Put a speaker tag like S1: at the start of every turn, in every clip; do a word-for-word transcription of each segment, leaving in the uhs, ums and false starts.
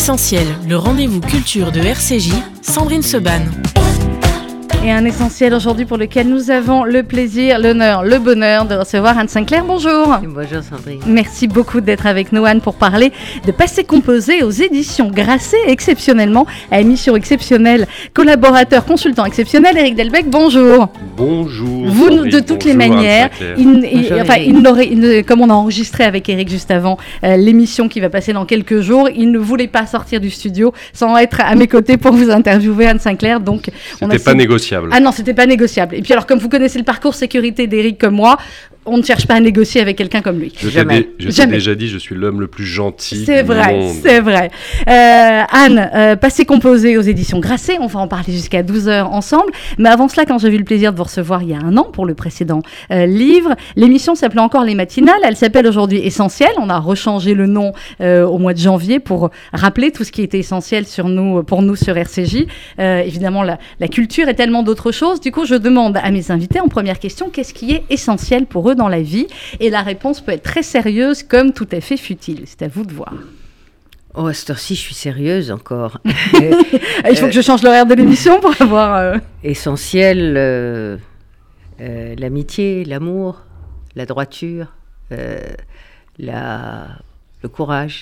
S1: Essentiel, le rendez-vous culture de R C J, Sandrine Seban.
S2: Et un essentiel aujourd'hui pour lequel nous avons le plaisir, l'honneur, le bonheur de recevoir Anne Sinclair. Bonjour.
S3: Bonjour Sandrine.
S2: Merci beaucoup d'être avec nous, Anne, pour parler de Passé composé aux éditions Grasset, exceptionnellement, à émission exceptionnelle, collaborateur, consultant exceptionnel, Éric Delbecq. Bonjour.
S4: Bonjour.
S2: Vous,
S4: Sandrine,
S2: de toutes
S4: bonjour,
S2: les manières, il, il,
S3: bonjour,
S2: enfin, il n'aurait, il ne, comme on a enregistré avec Éric juste avant euh, l'émission qui va passer dans quelques jours, il ne voulait pas sortir du studio sans être à mes côtés pour vous interviewer, Anne Sinclair. Donc, on
S4: C'était
S2: a
S4: pas
S2: si...
S4: négociable.
S2: Ah non, c'était pas négociable. Et puis alors, comme vous connaissez le parcours sécurité d'Éric comme moi, on ne cherche pas à négocier avec quelqu'un comme lui.
S4: Je t'ai, je t'ai déjà dit, je suis l'homme le plus gentil
S2: c'est
S4: du
S2: vrai,
S4: monde.
S2: C'est vrai, euh, Anne, euh, Passé composé aux éditions Grasset, on va en parler jusqu'à douze heures ensemble. Mais avant cela, quand j'ai eu le plaisir de vous recevoir il y a un an pour le précédent euh, livre, l'émission s'appelait encore Les Matinales, elle s'appelle aujourd'hui Essentiel. On a rechangé le nom euh, au mois de janvier pour rappeler tout ce qui était essentiel sur nous, pour nous sur R C J. Euh, évidemment, la, la culture est tellement d'autres choses. Du coup, je demande à mes invités en première question, qu'est-ce qui est essentiel pour eux dans la vie? Et la réponse peut être très sérieuse comme tout à fait futile. C'est à vous de voir.
S3: Oh, à cette heure-ci, je suis sérieuse encore.
S2: Il faut que je change l'horaire de l'émission pour avoir... Euh...
S3: Essentiel, euh, euh, l'amitié, l'amour, la droiture, euh, la, le courage.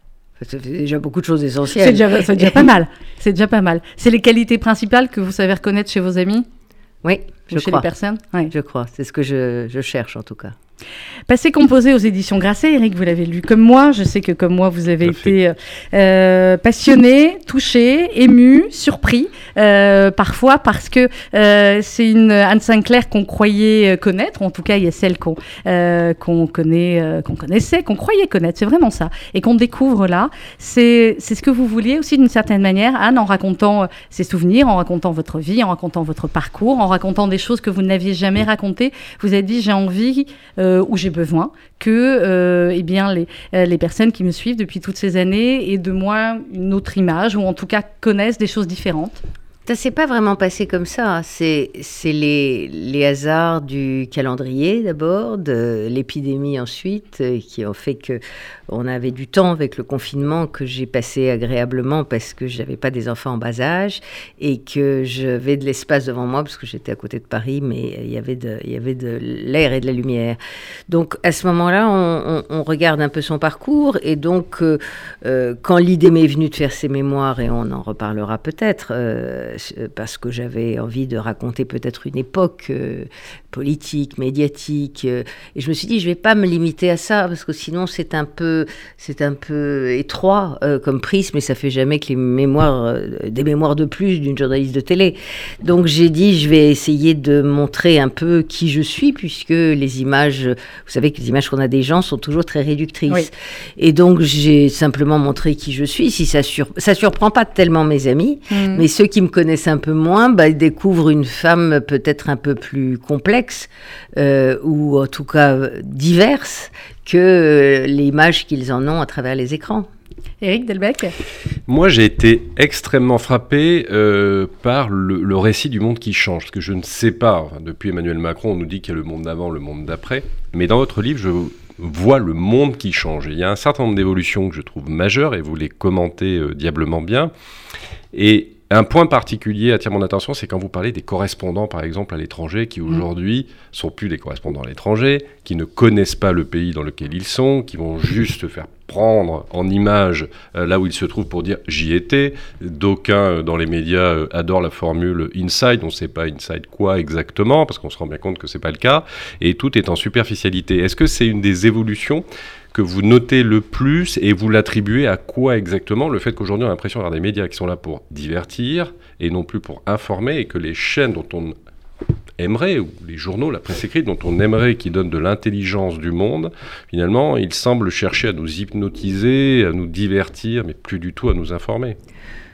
S3: Ça fait déjà beaucoup de choses essentielles.
S2: C'est déjà, c'est déjà pas mal. C'est déjà pas mal. C'est les qualités principales que vous savez reconnaître chez vos amis?
S3: Oui, je
S2: chez
S3: crois.
S2: les personnes? Oui.
S3: Je crois. C'est ce que je, je cherche en tout cas.
S2: Passé composé aux éditions Grasset, Éric, vous l'avez lu comme moi. Je sais que comme moi, vous avez été euh, passionné, touché, ému, surpris, euh, parfois parce que euh, c'est une Anne Sinclair qu'on croyait connaître, ou en tout cas, il y a celle qu'on, euh, qu'on, connaît, euh, qu'on connaissait, qu'on croyait connaître, c'est vraiment ça, et qu'on découvre là. C'est, c'est ce que vous vouliez aussi d'une certaine manière, Anne, en racontant euh, ses souvenirs, en racontant votre vie, en racontant votre parcours, en racontant des choses que vous n'aviez jamais racontées. Vous avez dit, j'ai envie... Euh, où j'ai besoin que euh, eh bien, les, euh, les personnes qui me suivent depuis toutes ces années aient de moi une autre image, ou en tout cas connaissent des choses différentes.
S3: Ça s'est pas vraiment passé comme ça. C'est, c'est les, les hasards du calendrier d'abord, de l'épidémie ensuite, qui ont fait qu'on avait du temps avec le confinement que j'ai passé agréablement parce que je n'avais pas des enfants en bas âge et que j'avais de l'espace devant moi parce que j'étais à côté de Paris, mais il y avait de, il y avait de l'air et de la lumière. Donc à ce moment-là, on, on, on regarde un peu son parcours et donc euh, euh, quand l'idée m'est venue de faire ces mémoires, et on en reparlera peut-être, euh, parce que j'avais envie de raconter peut-être une époque euh, politique, médiatique, euh, et je me suis dit, je ne vais pas me limiter à ça, parce que sinon c'est un peu, c'est un peu étroit euh, comme prisme, et ça ne fait jamais que les mémoires, euh, des mémoires de plus d'une journaliste de télé. Donc j'ai dit, je vais essayer de montrer un peu qui je suis, puisque les images, vous savez que les images qu'on a des gens sont toujours très réductrices. Oui. Et donc j'ai simplement montré qui je suis. Si ça sur... ça surprend pas tellement mes amis, mmh. mais ceux qui me connaissent un peu moins, bah, ils découvrent une femme peut-être un peu plus complexe, euh, ou en tout cas diverse, que euh, l'image qu'ils en ont à travers les écrans.
S2: Éric Delbecq.
S4: Moi, j'ai été extrêmement frappé euh, par le, le récit du monde qui change, parce que je ne sais pas, enfin, depuis Emmanuel Macron, on nous dit qu'il y a le monde d'avant, le monde d'après, mais dans votre livre, je vois le monde qui change. Et il y a un certain nombre d'évolutions que je trouve majeures, et vous les commentez euh, diablement bien. Et un point particulier attire mon attention, c'est quand vous parlez des correspondants, par exemple, à l'étranger, qui aujourd'hui sont plus des correspondants à l'étranger, qui ne connaissent pas le pays dans lequel ils sont, qui vont juste se faire prendre en image euh, là où ils se trouvent pour dire « j'y étais ». D'aucuns euh, dans les médias euh, adorent la formule « inside », on ne sait pas « inside » quoi exactement, parce qu'on se rend bien compte que ce n'est pas le cas, et tout est en superficialité. Est-ce que c'est une des évolutions que vous notez le plus, et vous l'attribuez à quoi exactement? Le fait qu'aujourd'hui on a l'impression d'avoir des médias qui sont là pour divertir et non plus pour informer, et que les chaînes dont on aimerait, ou les journaux, la presse écrite dont on aimerait qu'ils donnent de l'intelligence du monde, finalement ils semblent chercher à nous hypnotiser, à nous divertir, mais plus du tout à nous informer.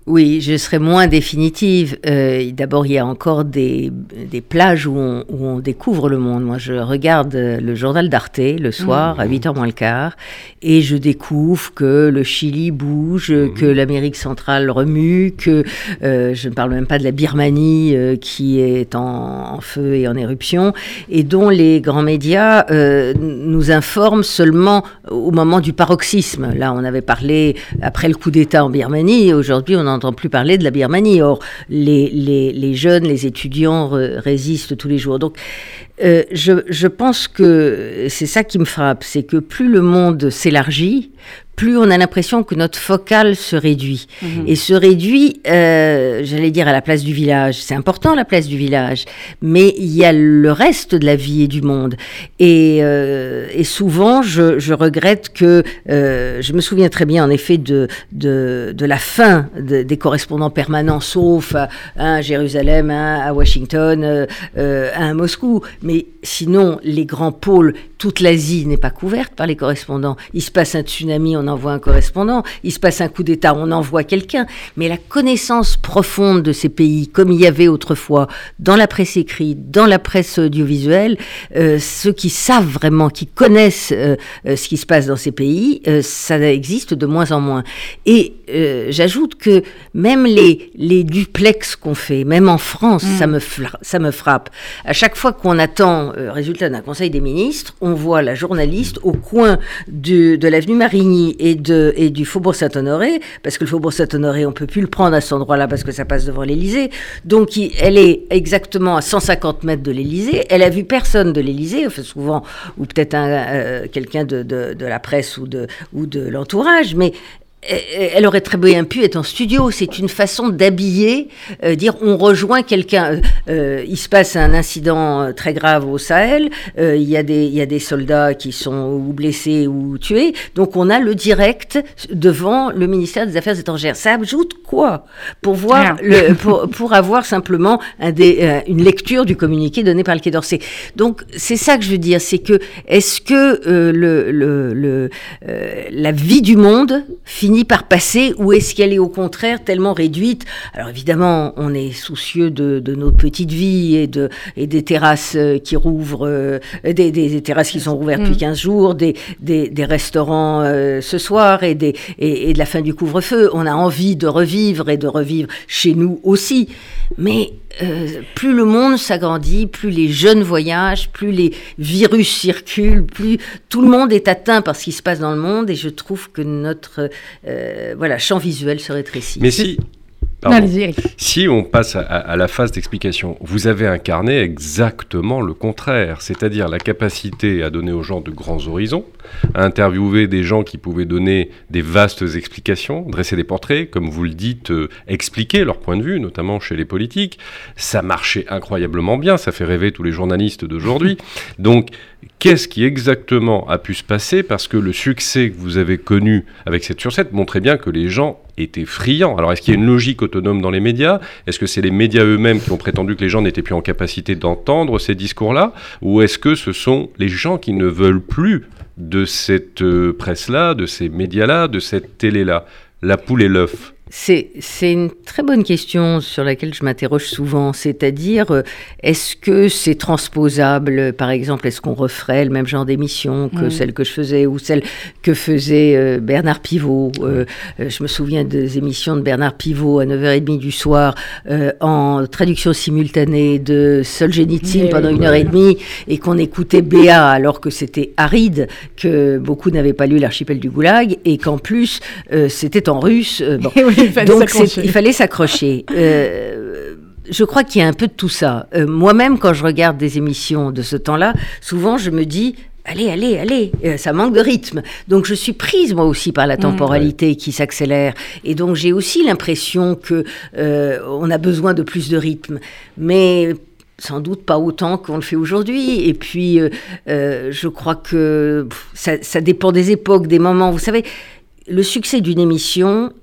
S3: Oui, je serai moins définitive. Euh, d'abord, il y a encore des, des plages où on, où on découvre le monde. Moi, je regarde le journal d'Arte le soir mmh. à huit heures moins le quart et je découvre que le Chili bouge, mmh. que l'Amérique centrale remue, que euh, je ne parle même pas de la Birmanie euh, qui est en, en feu et en éruption et dont les grands médias euh, nous informent seulement au moment du paroxysme. Là, on avait parlé après le coup d'État en Birmanie. Aujourd'hui, on n'entend plus parler de la Birmanie. Or, les, les, les jeunes, les étudiants re- résistent tous les jours. Donc, euh, je, je pense que c'est ça qui me frappe, c'est que plus le monde s'élargit, plus on a l'impression que notre focale se réduit. Mmh. Et se réduit, euh, j'allais dire, à la place du village. C'est important, la place du village. Mais il y a le reste de la vie et du monde. Et, euh, et souvent, je, je regrette que... Euh, je me souviens très bien, en effet, de, de, de la fin de, des correspondants permanents, sauf à, à Jérusalem, à, à Washington, euh, euh, à Moscou. Mais sinon, les grands pôles, toute l'Asie n'est pas couverte par les correspondants. Il se passe un tsunami, on envoie un correspondant. Il se passe un coup d'État, on envoie quelqu'un. Mais la connaissance profonde de ces pays, comme il y avait autrefois dans la presse écrite, dans la presse audiovisuelle, euh, ceux qui savent vraiment, qui connaissent euh, euh, ce qui se passe dans ces pays, euh, ça existe de moins en moins. Et euh, j'ajoute que même les, les duplex qu'on fait, même en France, mmh. ça, me fra- ça me frappe. À chaque fois qu'on attend le euh, résultat d'un conseil des ministres, on voit la journaliste au coin de, de l'avenue Marigny et, de, et du Faubourg Saint-Honoré, parce que le Faubourg Saint-Honoré, on ne peut plus le prendre à cet endroit-là parce que ça passe devant l'Élysée. Donc, il, elle est exactement à cent cinquante mètres de l'Élysée. Elle a vu personne de l'Élysée, enfin, souvent, ou peut-être un, euh, quelqu'un de, de, de la presse ou de, ou de l'entourage, mais elle aurait très bien pu être en studio. C'est une façon d'habiller, euh, dire on rejoint quelqu'un. Euh, il se passe un incident très grave au Sahel. Euh, il y a des il y a des soldats qui sont ou blessés ou tués. Donc on a le direct devant le ministère des Affaires étrangères. Ça ajoute quoi pour voir le, pour pour avoir simplement un des, euh, une lecture du communiqué donné par le Quai d'Orsay. Donc c'est ça que je veux dire, c'est que est-ce que euh, le le, le euh, la vie du monde finit par passer, ou est-ce qu'elle est au contraire tellement réduite? Alors évidemment, on est soucieux de, de nos petites vies et, de, et des terrasses qui rouvrent, euh, des, des, des terrasses qui sont rouvertes mmh. depuis quinze jours, des, des, des restaurants euh, ce soir et, des, et, et de la fin du couvre-feu. On a envie de revivre et de revivre chez nous aussi. Mais euh, plus le monde s'agrandit, plus les jeunes voyagent, plus les virus circulent, plus tout le monde est atteint par ce qui se passe dans le monde, et je trouve que notre euh, voilà, champ visuel se rétrécit.
S4: Mais si... Pardon. Si on passe à, à la phase d'explication, vous avez incarné exactement le contraire, c'est-à-dire la capacité à donner aux gens de grands horizons, à interviewer des gens qui pouvaient donner des vastes explications, dresser des portraits, comme vous le dites, euh, expliquer leur point de vue, notamment chez les politiques. Ça marchait incroyablement bien, ça fait rêver tous les journalistes d'aujourd'hui. Donc, qu'est-ce qui exactement a pu se passer? Parce que le succès que vous avez connu avec cette Sur sept montrait bien que les gens étaient friands. Alors, est-ce qu'il y a une logique autonome dans les médias? Est-ce que c'est les médias eux-mêmes qui ont prétendu que les gens n'étaient plus en capacité d'entendre ces discours-là? Ou est-ce que ce sont les gens qui ne veulent plus de cette euh, presse-là, de ces médias-là, de cette télé-là? La poule et l'œuf.
S3: C'est, c'est une très bonne question sur laquelle je m'interroge souvent, c'est-à-dire est-ce que c'est transposable, par exemple, est-ce qu'on referait le même genre d'émission que mmh. celle que je faisais ou celle que faisait euh, Bernard Pivot. euh, Je me souviens des émissions de Bernard Pivot à neuf heures trente du soir euh, en traduction simultanée de Solzhenitsyn Mais pendant une heure et demie, et qu'on écoutait B A alors que c'était aride, que beaucoup n'avaient pas lu L'archipel du Goulag, et qu'en plus euh, c'était en russe. Euh, bon.
S2: Il fallait
S3: Donc
S2: s'accrocher.
S3: il fallait s'accrocher. Euh, je crois qu'il y a un peu de tout ça. Euh, moi-même, quand je regarde des émissions de ce temps-là, souvent je me dis... Allez, allez, allez, euh, ça manque de rythme. Donc je suis prise moi aussi par la temporalité mmh. qui s'accélère. Et donc j'ai aussi l'impression que euh, on a besoin de plus de rythme. Mais... sans doute pas autant qu'on le fait aujourd'hui. Et puis, euh, euh, je crois que pff, ça, ça dépend des époques, des moments. Vous savez, le succès d'une émission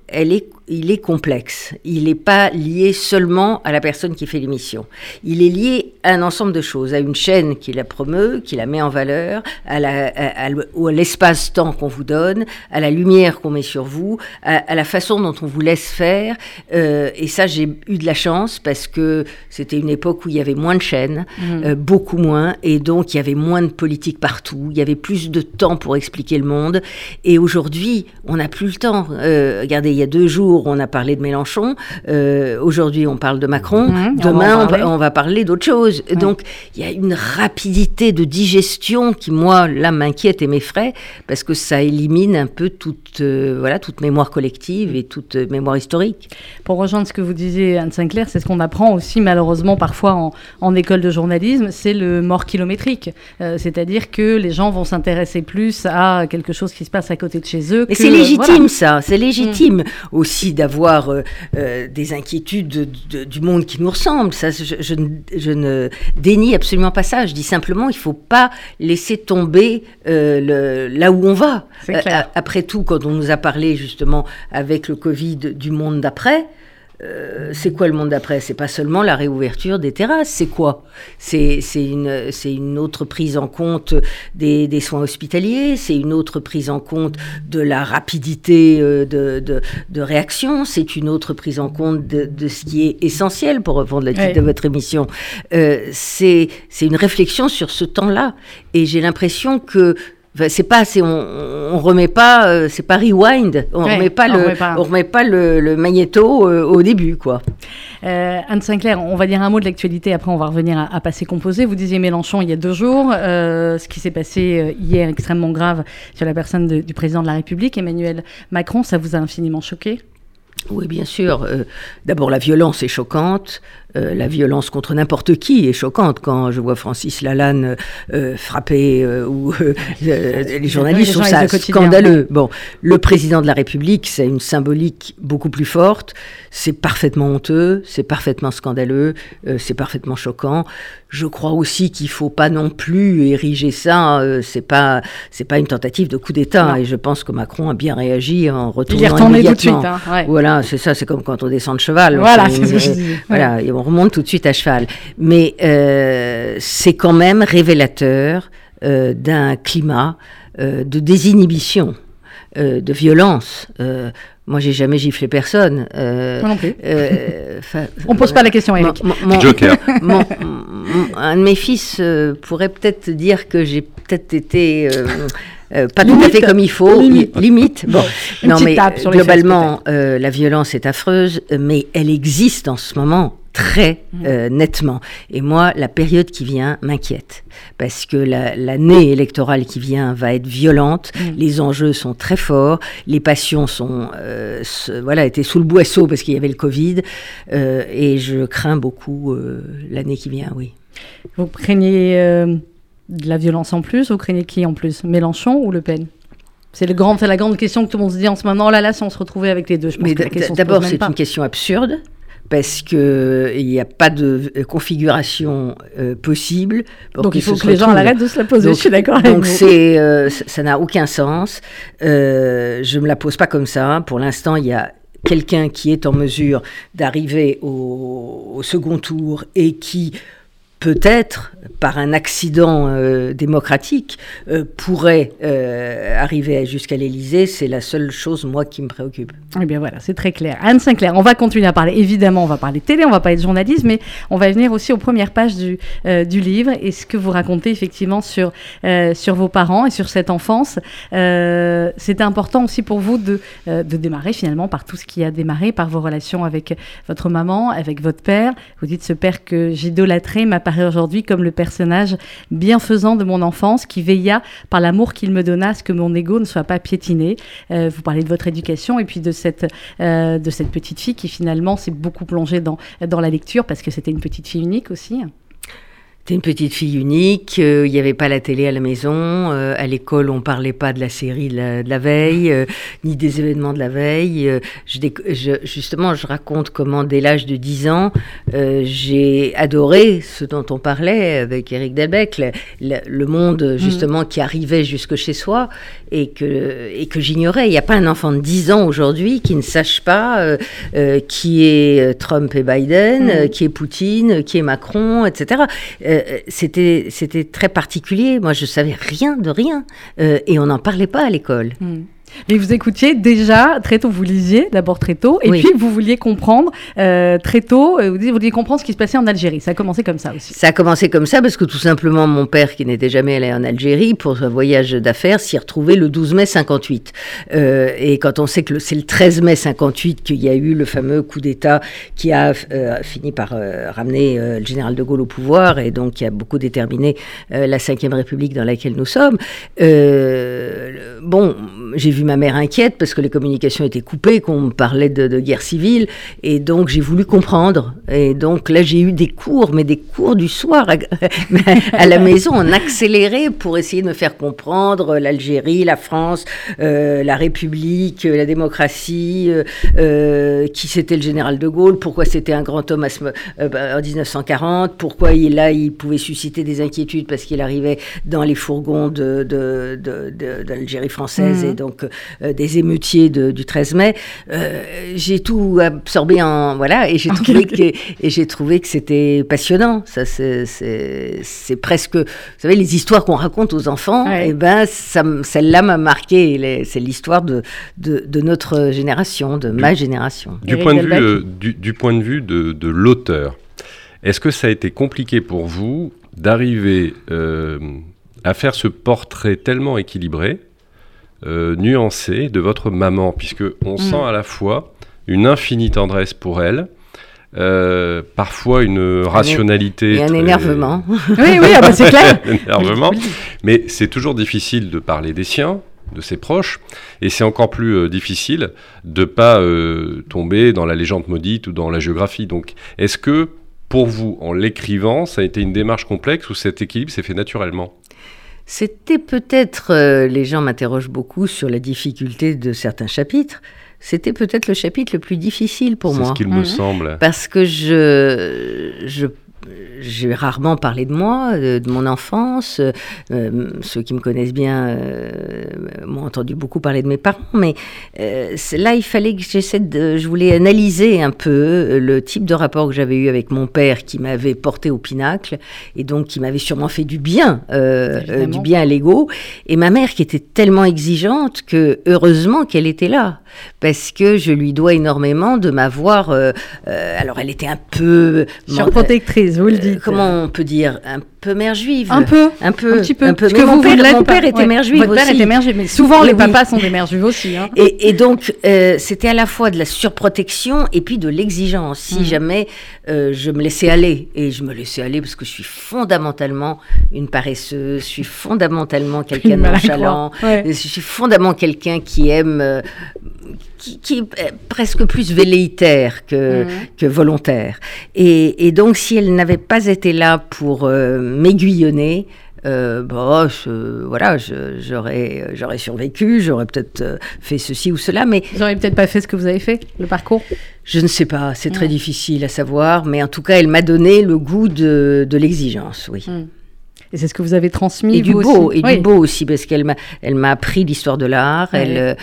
S3: elle est, il est complexe. Il n'est pas lié seulement à la personne qui fait l'émission. Il est lié à un ensemble de choses, à une chaîne qui la promeut, qui la met en valeur, à, la, à, à, à l'espace-temps qu'on vous donne, à la lumière qu'on met sur vous, à, à la façon dont on vous laisse faire. Euh, et ça, j'ai eu de la chance parce que c'était une époque où il y avait moins de chaînes, mmh. euh, beaucoup moins, et donc il y avait moins de politique partout. Il y avait plus de temps pour expliquer le monde. Et aujourd'hui, on n'a plus le temps. Euh, regardez, il y a deux jours, on a parlé de Mélenchon. Euh, aujourd'hui, on parle de Macron. Mmh, Demain, on va, on va parler d'autre chose. Mmh. Donc, il y a une rapidité de digestion qui, moi, là, m'inquiète et m'effraie parce que ça élimine un peu toute, euh, voilà, toute mémoire collective et toute euh, mémoire historique.
S2: Pour rejoindre ce que vous disiez, Anne Sinclair, c'est ce qu'on apprend aussi, malheureusement, parfois en, en école de journalisme, c'est le mort kilométrique. Euh, c'est-à-dire que les gens vont s'intéresser plus à quelque chose qui se passe à côté de chez eux.
S3: Mais
S2: que,
S3: c'est légitime,
S2: voilà.
S3: ça. C'est légitime mmh. aussi d'avoir euh, euh, des inquiétudes de, de, du monde qui nous ressemble. Ça, je, je, je ne dénie absolument pas ça. Je dis simplement, il ne faut pas laisser tomber euh, le, là où on va.
S2: C'est clair.
S3: Euh, après tout, quand on nous a parlé justement avec le Covid du monde d'après, Euh, c'est quoi le monde d'après ? C'est pas seulement la réouverture des terrasses, c'est quoi ? C'est, c'est, une, c'est une autre prise en compte des, des soins hospitaliers, c'est une autre prise en compte de la rapidité de, de, de réaction, c'est une autre prise en compte de, de ce qui est essentiel, pour reprendre le titre ouais. de votre émission. Euh, c'est, c'est une réflexion sur ce temps-là. Et j'ai l'impression que Enfin, c'est pas, c'est, on, on remet pas, euh, c'est pas rewind, on ouais, remet pas on le, remet pas. on remet pas le, le magnéto euh, au début, quoi.
S2: Euh, Anne Sinclair, on va dire un mot de l'actualité, après on va revenir à, à Passé Composé. Vous disiez Mélenchon il y a deux jours, euh, ce qui s'est passé hier extrêmement grave sur la personne de, du président de la République, Emmanuel Macron, ça vous a infiniment choqué ?
S3: Oui, bien sûr. Euh, d'abord, la violence est choquante. Euh, la violence contre n'importe qui est choquante. Quand je vois Francis Lalanne euh, frapper euh, ou euh, les journalistes trouvent ça scandaleux. Bon, le président de la République, c'est une symbolique beaucoup plus forte. C'est parfaitement honteux, c'est parfaitement scandaleux, euh, c'est parfaitement choquant. Je crois aussi qu'il faut pas non plus ériger ça. Euh, c'est pas, c'est pas une tentative de coup d'État. Non. Et je pense que Macron a bien réagi en retournant immédiatement. Tout de suite, hein, ouais. Voilà, c'est ça. C'est comme quand on descend de cheval.
S2: Voilà,
S3: enfin,
S2: c'est ce que je dis.
S3: Voilà.
S2: Ouais.
S3: On remonte tout de suite à cheval. Mais euh, c'est quand même révélateur euh, d'un climat euh, de désinhibition, euh, de violence. Euh, moi, j'ai jamais giflé personne. Euh,
S2: moi non plus.
S3: Euh,
S2: On ne pose pas la question, Éric.
S4: Mon, mon, Joker.
S3: Mon, mon, un de mes fils euh, pourrait peut-être dire que j'ai peut-être été... Euh, Euh, pas limite, tout à fait comme il faut, limite. limite. Bon,
S2: Une
S3: non mais
S2: tape sur
S3: globalement,
S2: les fesses,
S3: euh, la violence est affreuse, mais elle existe en ce moment très euh, nettement. Et moi, la période qui vient m'inquiète parce que la, l'année électorale qui vient va être violente. Mmh. Les enjeux sont très forts, les passions sont, euh, se, voilà, étaient sous le boisseau parce qu'il y avait le Covid, euh, et je crains beaucoup euh, l'année qui vient. Oui.
S2: Vous craignez euh... de la violence en plus, vous craignez qui en plus ? Mélenchon ou Le Pen ? C'est, le grand, c'est la grande question que tout le monde se dit en ce moment. Oh là là, si on se retrouvait avec les deux, je pense
S3: Mais
S2: que la question
S3: d- d'abord,
S2: se pose même
S3: c'est
S2: pas.
S3: une question absurde, parce qu'il n'y a pas de configuration euh, possible. Pour
S2: donc
S3: que
S2: il faut
S3: ce
S2: que les gens
S3: trouve.
S2: arrêtent de se la poser,
S3: donc,
S2: je suis d'accord avec
S3: donc
S2: vous.
S3: c'est, euh, ça n'a aucun sens. Euh, je ne me la pose pas comme ça. Pour l'instant, il y a quelqu'un qui est en mesure d'arriver au, au second tour et qui... peut-être, par un accident euh, démocratique, euh, pourrait euh, arriver jusqu'à l'Élysée. C'est la seule chose, moi, qui me préoccupe.
S2: Eh bien voilà, c'est très clair. Anne Sinclair, on va continuer à parler. Évidemment, on va parler de télé, on va parler de journalisme, mais on va venir aussi aux premières pages du, euh, du livre et ce que vous racontez effectivement sur, euh, sur vos parents et sur cette enfance. Euh, c'était important aussi pour vous de, euh, de démarrer finalement par tout ce qui a démarré, par vos relations avec votre maman, avec votre père. Vous dites, ce père que j'idolâtrais m'apparaît aujourd'hui comme le personnage bienfaisant de mon enfance qui veilla par l'amour qu'il me donna à ce que mon ego ne soit pas piétiné. Euh, vous parlez de votre éducation et puis de cette, euh, de cette petite fille qui finalement s'est beaucoup plongée dans, dans la lecture parce que c'était une petite fille unique aussi.
S3: J'étais une petite fille unique, il euh, n'y avait pas la télé à la maison, euh, à l'école on ne parlait pas de la série de la, de la veille, euh, ni des événements de la veille. Euh, je, je, justement, je raconte comment dès l'âge de dix ans, euh, j'ai adoré ce dont on parlait avec Éric Delbecq, le, le, le monde justement mmh. qui arrivait jusque chez soi et que, et que j'ignorais. Il n'y a pas un enfant de dix ans aujourd'hui qui ne sache pas euh, euh, qui est Trump et Biden, mmh. euh, qui est Poutine, qui est Macron, et cetera. Euh, C'était, c'était très particulier. Moi, je ne savais rien de rien. Euh, et on n'en parlait pas à l'école.
S2: Mmh. Mais vous écoutiez déjà très tôt, vous lisiez d'abord très tôt, et oui. puis vous vouliez comprendre euh, très tôt, euh, vous vouliez comprendre ce qui se passait en Algérie. Ça a commencé comme ça aussi.
S3: Ça a commencé comme ça parce que tout simplement mon père, qui n'était jamais allé en Algérie pour un voyage d'affaires, s'y est retrouvé le douze mai cinquante-huit. Euh, et quand on sait que le, c'est le treize mai cinquante-huit qu'il y a eu le fameux coup d'État qui a euh, fini par euh, ramener euh, le général de Gaulle au pouvoir et donc qui a beaucoup déterminé euh, la cinquième République dans laquelle nous sommes. Euh, bon, j'ai vu ma mère inquiète parce que les communications étaient coupées, qu'on me parlait de, de guerre civile, et donc j'ai voulu comprendre. Et donc là, j'ai eu des cours, mais des cours du soir à, à la maison, en accéléré pour essayer de me faire comprendre l'Algérie, la France, euh, la République, la démocratie, euh, euh, qui c'était le général de Gaulle, pourquoi c'était un grand homme à ce, euh, en dix-neuf cent quarante, pourquoi il, là, il pouvait susciter des inquiétudes parce qu'il arrivait dans les fourgons de, de, de, de, de l'Algérie française mmh. et donc euh, des émeutiers de, du treize mai. Euh, j'ai tout absorbé en... Voilà, et j'ai, okay. trouvé, que, et j'ai trouvé que c'était passionnant. Ça, c'est, c'est, c'est presque... Vous savez, les histoires qu'on raconte aux enfants, ouais. et ben, ça, celle-là m'a marqué. Les, c'est l'histoire de, de, de notre génération, de du, ma génération.
S4: Du point de, vue, euh, du, du point de vue de, de l'auteur, est-ce que ça a été compliqué pour vous d'arriver euh, à faire ce portrait tellement équilibré, Euh, nuancée de votre maman, puisqu'on mmh. sent à la fois une infinie tendresse pour elle, euh, parfois une rationalité...
S3: Et un très... énervement.
S2: oui, oui, ah bah c'est clair.
S4: un énervement, mais c'est toujours difficile de parler des siens, de ses proches, et c'est encore plus euh, difficile de ne pas euh, tomber dans la légende maudite ou dans la géographie. Donc, est-ce que, pour vous, en l'écrivant, ça a été une démarche complexe ou cet équilibre s'est fait naturellement ?
S3: C'était peut-être, euh, les gens m'interrogent beaucoup sur la difficulté de certains chapitres, c'était peut-être le chapitre le plus difficile pour
S4: C'est
S3: moi.
S4: C'est ce qu'il mmh. me semble.
S3: Parce que je... je j'ai rarement parlé de moi, de, de mon enfance. Euh, ceux qui me connaissent bien euh, m'ont entendu beaucoup parler de mes parents, mais euh, là, il fallait que j'essaie de... Je voulais analyser un peu le type de rapport que j'avais eu avec mon père, qui m'avait porté au pinacle, et donc qui m'avait sûrement fait du bien, euh, euh, du bien à l'ego, et ma mère qui était tellement exigeante que, heureusement qu'elle était là, parce que je lui dois énormément de m'avoir... Euh, euh, alors, elle était un peu...
S2: surprotectrice, vous le dites.
S3: Comment on peut dire, un peu mère juive.
S2: Un peu,
S3: un peu,
S2: un petit peu.
S3: Un peu.
S2: Parce
S3: mais
S2: que
S3: mon
S2: vous,
S3: père,
S2: vous
S3: mon père
S2: pas.
S3: était
S2: ouais.
S3: mère juive
S2: Votre
S3: aussi.
S2: père était mère juive, mais souvent
S3: oui,
S2: les
S3: oui.
S2: papas sont des mères juives aussi. Hein.
S3: Et, et donc, euh, c'était à la fois de la surprotection et puis de l'exigence. Si mmh. jamais euh, je me laissais aller, et je me laissais aller parce que je suis fondamentalement une paresseuse, je suis fondamentalement quelqu'un de nonchalant, ouais. je suis fondamentalement quelqu'un qui aime... Euh, Qui, qui est presque plus velléitaire que, mmh. que volontaire. Et, et donc, si elle n'avait pas été là pour euh, m'aiguillonner, euh, bon, je, voilà, je, j'aurais, j'aurais survécu, j'aurais peut-être euh, fait ceci ou cela, mais...
S2: Vous n'auriez peut-être pas fait ce que vous avez fait, le parcours ?
S3: Je ne sais pas, c'est mmh. très difficile à savoir, mais en tout cas, elle m'a donné le goût de, de l'exigence, oui. Mmh.
S2: Et c'est ce que vous avez transmis,
S3: et du
S2: vous
S3: beau,
S2: aussi.
S3: Et oui. du beau aussi, parce qu'elle m'a, elle m'a appris l'histoire de l'art. Ouais. Elle,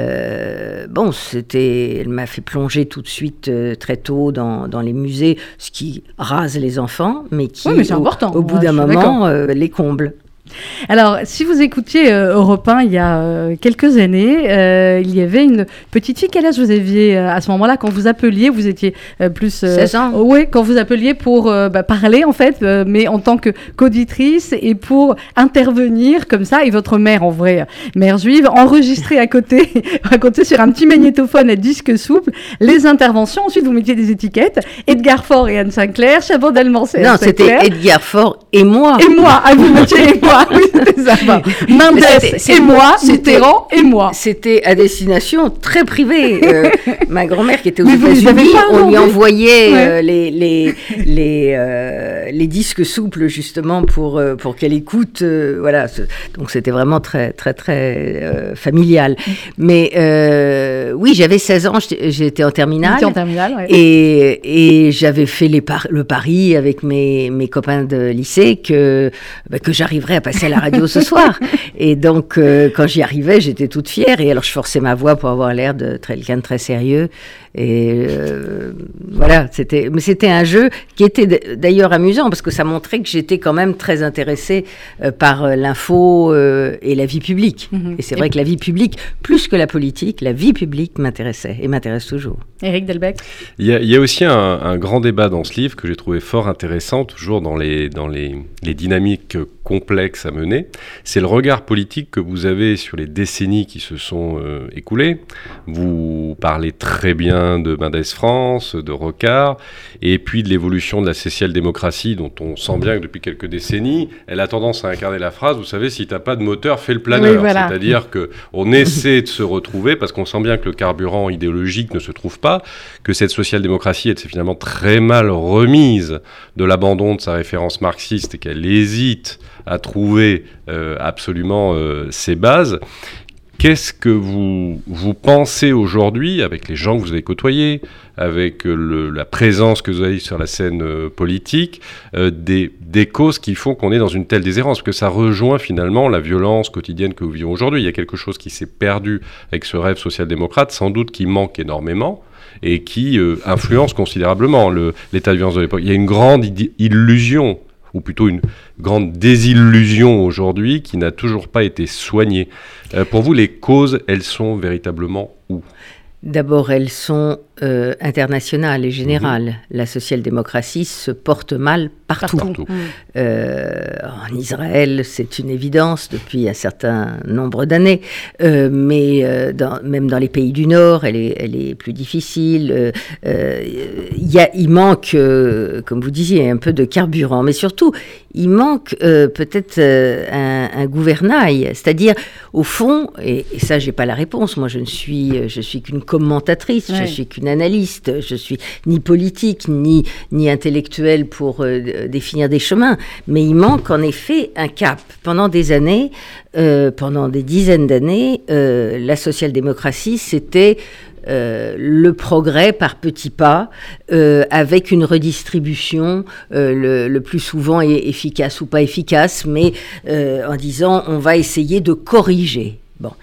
S3: euh, bon, c'était, elle m'a fait plonger tout de suite, euh, très tôt, dans, dans les musées, ce qui rase les enfants, mais qui,
S2: oui, mais c'est
S3: au,
S2: important.
S3: au bout
S2: ouais,
S3: d'un moment, euh, les comble.
S2: Alors, si vous écoutiez euh, Europe un il y a euh, quelques années, euh, il y avait une petite fille. Quel âge vous aviez euh, à ce moment-là quand vous appeliez? Vous étiez euh, plus... Euh,
S3: seize ans.
S2: Oui, quand vous appeliez pour euh, bah, parler, en fait, euh, mais en tant que qu'auditrice et pour intervenir comme ça. Et votre mère, en vrai, mère juive, enregistrer à côté, raconter sur un petit magnétophone à disque souple les interventions. Ensuite, vous mettiez des étiquettes. Edgar Faure et Anne Sinclair, Chabot Delmence et
S3: Non,
S2: Anne
S3: c'était
S2: Sinclair.
S3: Edgar Faure et moi.
S2: Et moi, ah, vous mettiez et moi. moi. Oui, c'était ça. Bon. Mendes et moi, Mitterrand et moi.
S3: C'était à destination très privée. Euh, ma grand-mère qui était aux
S2: Mais vous les avez
S3: États-Unis,
S2: pas
S3: on lui
S2: enlevés.
S3: envoyait
S2: Ouais.
S3: euh, les les les, euh, les disques souples justement pour euh, pour qu'elle écoute. euh, voilà. Ce- Donc c'était vraiment très très très euh, familial. Mais euh, oui, j'avais seize ans, j'étais j'étais en terminale.
S2: J'étais en terminale, ouais.
S3: Et, et j'avais fait les par- le pari avec mes, mes copains de lycée que, bah, que j'arriverais à passer à la radio ce soir. Et donc, euh, quand j'y arrivais, j'étais toute fière. Et alors, je forçais ma voix pour avoir l'air de très- quelqu'un de très sérieux. Et euh, voilà, c'était, mais c'était un jeu qui était d- d'ailleurs amusant parce que ça montrait que j'étais quand même très intéressée euh, par euh, l'info euh, et la vie publique.
S2: Mhm.
S3: Et c'est vrai que la vie publique, plus que la politique, la vie publique m'intéressait et m'intéresse toujours.
S2: Éric Delbecq.
S4: Il y a, il y a aussi un, un grand débat dans ce livre que j'ai trouvé fort intéressant, toujours dans les, dans les, les dynamiques complexes à mener. C'est le regard politique que vous avez sur les décennies qui se sont euh, écoulées. Vous parlez très bien de Mendes France, de Rocard, et puis de l'évolution de la social-démocratie, dont on sent bien que depuis quelques décennies, elle a tendance à incarner la phrase, vous savez, si t'as pas de moteur, fais le planeur.
S2: Oui, voilà.
S4: C'est-à-dire qu'on essaie de se retrouver, parce qu'on sent bien que le carburant idéologique ne se trouve pas, que cette social-démocratie est finalement très mal remise de l'abandon de sa référence marxiste et qu'elle hésite à trouver euh, absolument euh, ses bases. Qu'est-ce que vous, vous pensez aujourd'hui, avec les gens que vous avez côtoyés, avec euh, le, la présence que vous avez sur la scène euh, politique, euh, des, des causes qui font qu'on est dans une telle déshérence? Parce que ça rejoint finalement la violence quotidienne que nous vivons aujourd'hui. Il y a quelque chose qui s'est perdu avec ce rêve social-démocrate, sans doute qui manque énormément et qui euh, influence considérablement le, l'état de violence de l'époque. Il y a une grande idi- illusion, ou plutôt une grande désillusion aujourd'hui qui n'a toujours pas été soignée. Euh, pour vous, les causes, elles sont véritablement où ?
S3: D'abord, elles sont euh, internationales et générales. Mmh. La social-démocratie se porte mal partout.
S2: Partout.
S3: Mmh. Euh, en Israël, c'est une évidence depuis un certain nombre d'années, euh, mais euh, dans, même dans les pays du Nord, elle est, elle est plus difficile. Euh, euh, y a, il manque, euh, comme vous disiez, un peu de carburant, mais surtout, il manque euh, peut-être euh, un, un gouvernail, c'est-à-dire, au fond, et, et ça, j'ai pas la réponse, moi je ne suis, je suis qu'une commentatrice, ouais. je suis qu'une analyste, je suis ni politique, ni, ni intellectuelle pour euh, définir des chemins, mais il manque en effet un cap. Pendant des années, euh, pendant des dizaines d'années, euh, la social-démocratie, c'était Euh, le progrès par petits pas, euh, avec une redistribution euh, le, le plus souvent est efficace ou pas efficace, mais euh, en disant on va essayer de corriger. Bon.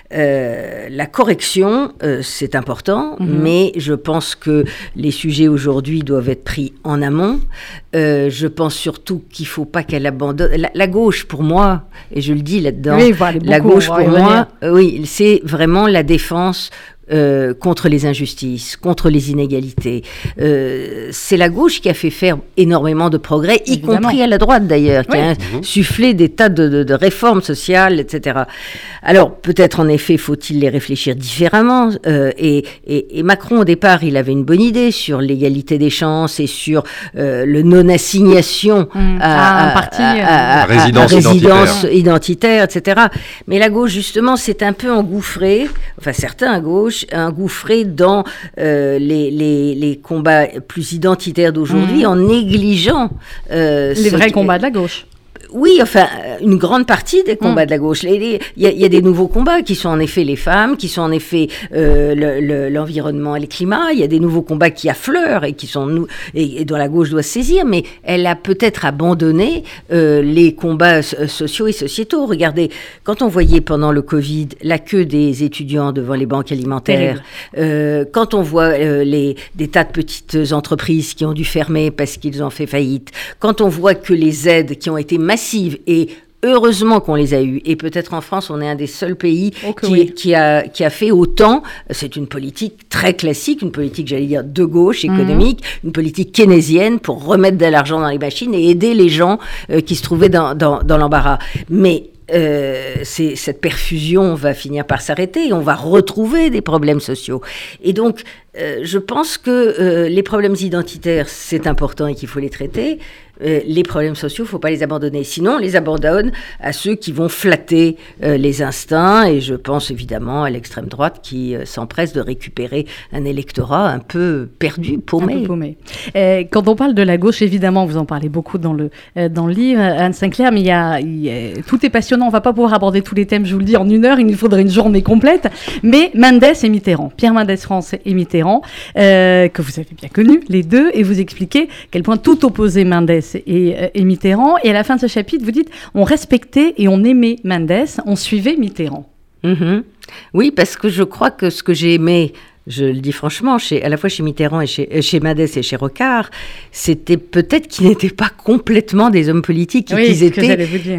S3: Euh, la correction, euh, c'est important, mmh. mais je pense que les sujets aujourd'hui doivent être pris en amont. Euh, je pense surtout qu'il ne faut pas qu'elle abandonne. La, la gauche, pour moi, et je le dis là-dedans,
S2: oui, voilà,
S3: la
S2: beaucoup,
S3: gauche, pour moi, euh, oui, c'est vraiment la défense Euh, contre les injustices, contre les inégalités. Euh, c'est la gauche qui a fait faire énormément de progrès, y Évidemment. compris à la droite d'ailleurs, qui oui. a mmh. insufflé des tas de, de, de réformes sociales, et cetera. Alors, peut-être en effet faut-il les réfléchir différemment. Euh, et, et, et Macron, au départ, il avait une bonne idée sur l'égalité des chances et sur euh, le non-assignation mmh. à, à, un parti, à, à, à,
S4: résidence,
S3: à résidence
S4: identitaire.
S3: identitaire, et cetera. Mais la gauche, justement, s'est un peu engouffrée, enfin certains à gauche, engouffré dans euh, les, les, les combats plus identitaires d'aujourd'hui mmh. en négligeant
S2: euh, les vrais qui... combats de la gauche.
S3: Oui, enfin, une grande partie des combats mmh. de la gauche. Il y, y a des nouveaux combats qui sont en effet les femmes, qui sont en effet euh, le, le, l'environnement et le climat. Il y a des nouveaux combats qui affleurent et, qui sont nous, et, et dont la gauche doit se saisir, mais elle a peut-être abandonné euh, les combats sociaux et sociétaux. Regardez, quand on voyait pendant le Covid la queue des étudiants devant les banques alimentaires, euh, quand on voit euh, les, des tas de petites entreprises qui ont dû fermer parce qu'ils ont fait faillite, quand on voit que les aides qui ont été massives et heureusement qu'on les a eues. Et peut-être en France, on est un des seuls pays oh qui, oui. qui, a, qui a fait autant. C'est une politique très classique, une politique, j'allais dire, de gauche, économique, mmh. une politique keynésienne pour remettre de l'argent dans les machines et aider les gens euh, qui se trouvaient dans, dans, dans l'embarras. Mais Euh, c'est, cette perfusion va finir par s'arrêter et on va retrouver des problèmes sociaux. Et donc, euh, je pense que euh, les problèmes identitaires, c'est important et qu'il faut les traiter, euh, les problèmes sociaux, il ne faut pas les abandonner. Sinon, on les abandonne à ceux qui vont flatter euh, les instincts, et je pense évidemment à l'extrême droite qui euh, s'empresse de récupérer un électorat un peu perdu, paumé.
S2: Un peu paumé. Euh, quand on parle de la gauche, évidemment, vous en parlez beaucoup dans le, euh, dans le livre, Anne Sinclair, mais il y a, il y a, tout est passionnant. On ne va pas pouvoir aborder tous les thèmes, je vous le dis, en une heure. Il nous faudrait une journée complète. Mais Mendes et Mitterrand, Pierre Mendès France et Mitterrand, euh, que vous avez bien connus, les deux, et vous expliquez à quel point tout opposait Mendes et, euh, et Mitterrand. Et à la fin de ce chapitre, vous dites, on respectait et on aimait Mendes, on suivait Mitterrand.
S3: Mmh. Oui, parce que je crois que ce que j'ai aimé, je le dis franchement, chez, à la fois chez Mitterrand et chez, chez Mendes et chez Rocard, c'était peut-être qu'ils n'étaient pas complètement des hommes politiques,
S2: oui,
S3: qu'ils étaient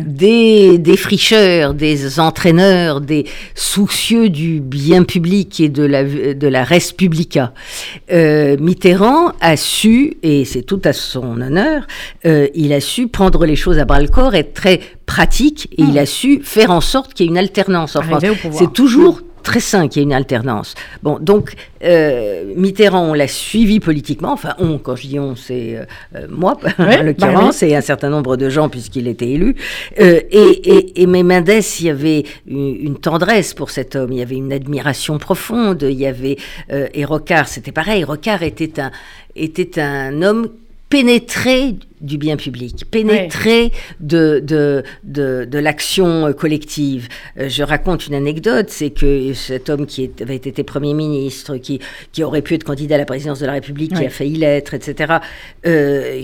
S3: des, des fricheurs, des entraîneurs, des soucieux du bien public et de la, de la res publica. Euh, Mitterrand a su, et c'est tout à son honneur, euh, il a su prendre les choses à bras-le-corps, être très pratique, et mmh. il a su faire en sorte qu'il y ait une alternance en France. C'est toujours très sain qu'il y ait une alternance. Bon, donc, euh, Mitterrand, on l'a suivi politiquement. Enfin, on, quand je dis on, c'est euh, moi, ouais, en l'occurrence, bah oui. et un certain nombre de gens, puisqu'il était élu. Euh, et, et, et mais Mendes, il y avait une, une tendresse pour cet homme. Il y avait une admiration profonde. Il y avait... Euh, et Rocard, c'était pareil. Rocard était un, était un homme pénétré du bien public, pénétré ouais. de, de, de, de l'action collective. Euh, je raconte une anecdote, c'est que cet homme qui est, avait été Premier ministre, qui, qui aurait pu être candidat à la présidence de la République, ouais. qui a failli l'être, et cetera, euh,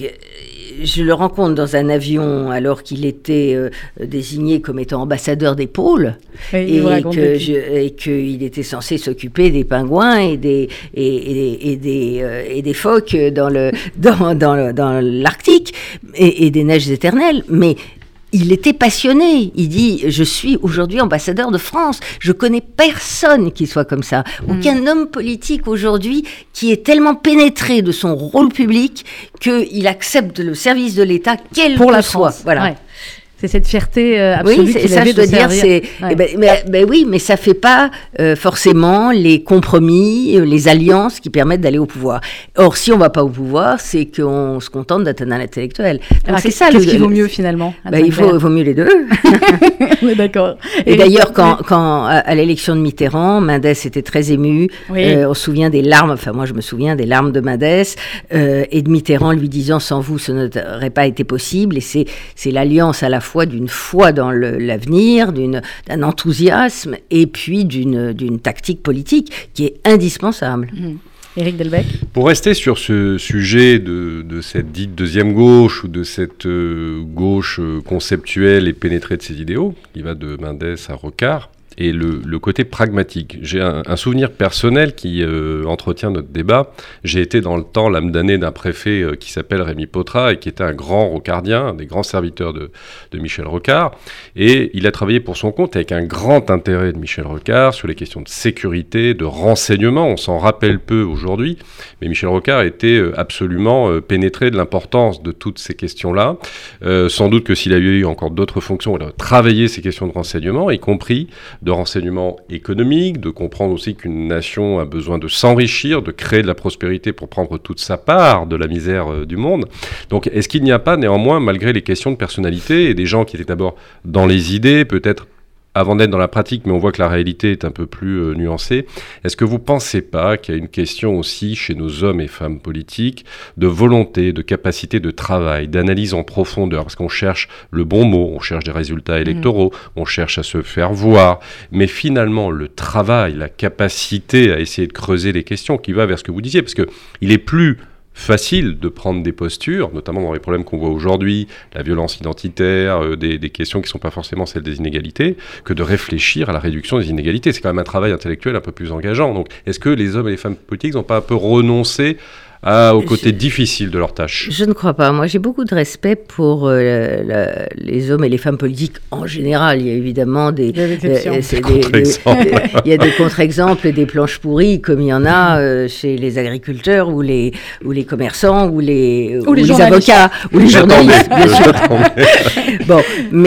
S3: je le rencontre dans un avion alors qu'il était euh, désigné comme étant ambassadeur des pôles, oui, et, que je, et qu'il était censé s'occuper des pingouins et des, et, et, et des, euh, et des phoques dans, le, dans, dans, le, dans l'Arctique et, et des neiges éternelles. Mais il était passionné. Il dit, je suis aujourd'hui ambassadeur de France. Je connais personne qui soit comme ça. Mmh. Aucun homme politique aujourd'hui qui est tellement pénétré de son rôle public qu'il accepte le service de l'État, quel
S2: pour
S3: que
S2: la
S3: soit.
S2: France.
S3: Voilà.
S2: Ouais. C'est cette fierté euh, absolue
S3: oui,
S2: qu'il
S3: ça,
S2: avait
S3: je dois
S2: de
S3: dire,
S2: servir.
S3: c'est,
S2: ouais.
S3: eh ben, mais, ben oui, mais ça fait pas euh, forcément les compromis, euh, les alliances qui permettent d'aller au pouvoir. Or, si on va pas au pouvoir, c'est qu'on se contente d'être un intellectuel. Donc,
S2: alors,
S3: c'est
S2: qu'est-ce,
S3: ça.
S2: Qu'est-ce
S3: le,
S2: qu'il vaut mieux finalement
S3: ben, il faut, vaut mieux les deux.
S2: On est d'accord.
S3: Et, et d'ailleurs, quand, quand à l'élection de Mitterrand, Mendes était très ému. Oui. Euh, on se souvient des larmes. Enfin, moi, je me souviens des larmes de Mendes euh, et de Mitterrand lui disant, sans vous, ce n'aurait pas été possible. Et c'est, c'est l'alliance à la fois d'une foi dans le, l'avenir, d'une, d'un enthousiasme et puis d'une, d'une tactique politique qui est indispensable.
S2: Mmh. Éric Delbecq.
S4: Pour rester sur ce sujet de, de cette dite deuxième gauche ou de cette euh, gauche conceptuelle et pénétrée de ses idéaux, qui va de Mendes à Rocard, et le, le côté pragmatique. J'ai un, un souvenir personnel qui euh, entretient notre débat. J'ai été dans le temps l'âme damnée d'un préfet euh, qui s'appelle Rémy Potra et qui était un grand rocardien, un des grands serviteurs de, de Michel Rocard. Et il a travaillé pour son compte avec un grand intérêt de Michel Rocard sur les questions de sécurité, de renseignement. On s'en rappelle peu aujourd'hui, mais Michel Rocard était euh, absolument euh, pénétré de l'importance de toutes ces questions-là. Euh, sans doute que s'il avait eu encore d'autres fonctions, il aurait travaillé ces questions de renseignement, y compris de renseignements économiques, de comprendre aussi qu'une nation a besoin de s'enrichir, de créer de la prospérité pour prendre toute sa part de la misère euh, du monde. Donc, est-ce qu'il n'y a pas néanmoins, malgré les questions de personnalité et des gens qui étaient d'abord dans les idées, peut-être avant d'être dans la pratique, mais on voit que la réalité est un peu plus euh, nuancée. Est-ce que vous ne pensez pas qu'il y a une question aussi chez nos hommes et femmes politiques de volonté, de capacité de travail, d'analyse en profondeur, parce qu'on cherche le bon mot, on cherche des résultats électoraux, mmh. on cherche à se faire voir, mais finalement le travail, la capacité à essayer de creuser les questions qui va vers ce que vous disiez, parce qu'il est plus facile de prendre des postures, notamment dans les problèmes qu'on voit aujourd'hui, la violence identitaire, euh, des, des questions qui ne sont pas forcément celles des inégalités, que de réfléchir à la réduction des inégalités. C'est quand même un travail intellectuel un peu plus engageant. Donc, est-ce que les hommes et les femmes politiques n'ont pas un peu renoncé à, au côté je, difficile de leur tâche?
S3: Je ne crois pas. Moi, j'ai beaucoup de respect pour euh, la, les hommes et les femmes politiques en général. Il y a évidemment des,
S2: des,
S3: euh, c'est des, des, des il y a des contre-exemples et des planches pourries, comme il y en a euh, chez les agriculteurs ou les ou les commerçants ou les
S2: ou, ou les,
S3: les avocats ou les journalistes, bien sûr. Bon, mais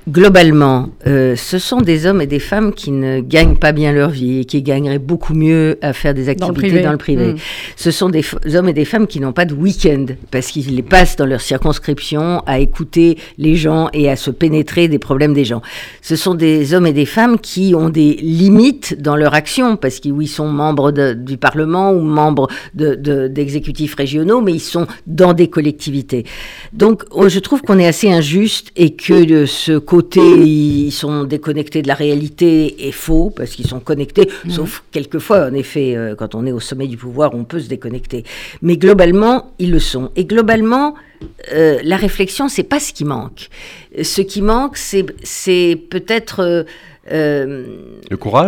S3: globalement, euh, ce sont des hommes et des femmes qui ne gagnent pas bien leur vie et qui gagneraient beaucoup mieux à faire des activités dans le privé. Dans le privé. Mmh. Ce sont des f- hommes et des femmes qui n'ont pas de week-end parce qu'ils les passent dans leur circonscription à écouter les gens et à se pénétrer des problèmes des gens. Ce sont des hommes et des femmes qui ont des limites dans leur action parce qu'ils sont membres de, du Parlement ou membres de, de, d'exécutifs régionaux, mais ils sont dans des collectivités. Donc, je trouve qu'on est assez injuste et que de ce côté Côté, ils sont déconnectés de la réalité est faux, parce qu'ils sont connectés, mmh. sauf quelquefois, en effet, euh, quand on est au sommet du pouvoir, on peut se déconnecter. Mais globalement, ils le sont. Et globalement, euh, la réflexion, c'est pas ce qui manque. Ce qui manque, c'est, c'est peut-être... Euh,
S4: le courage ?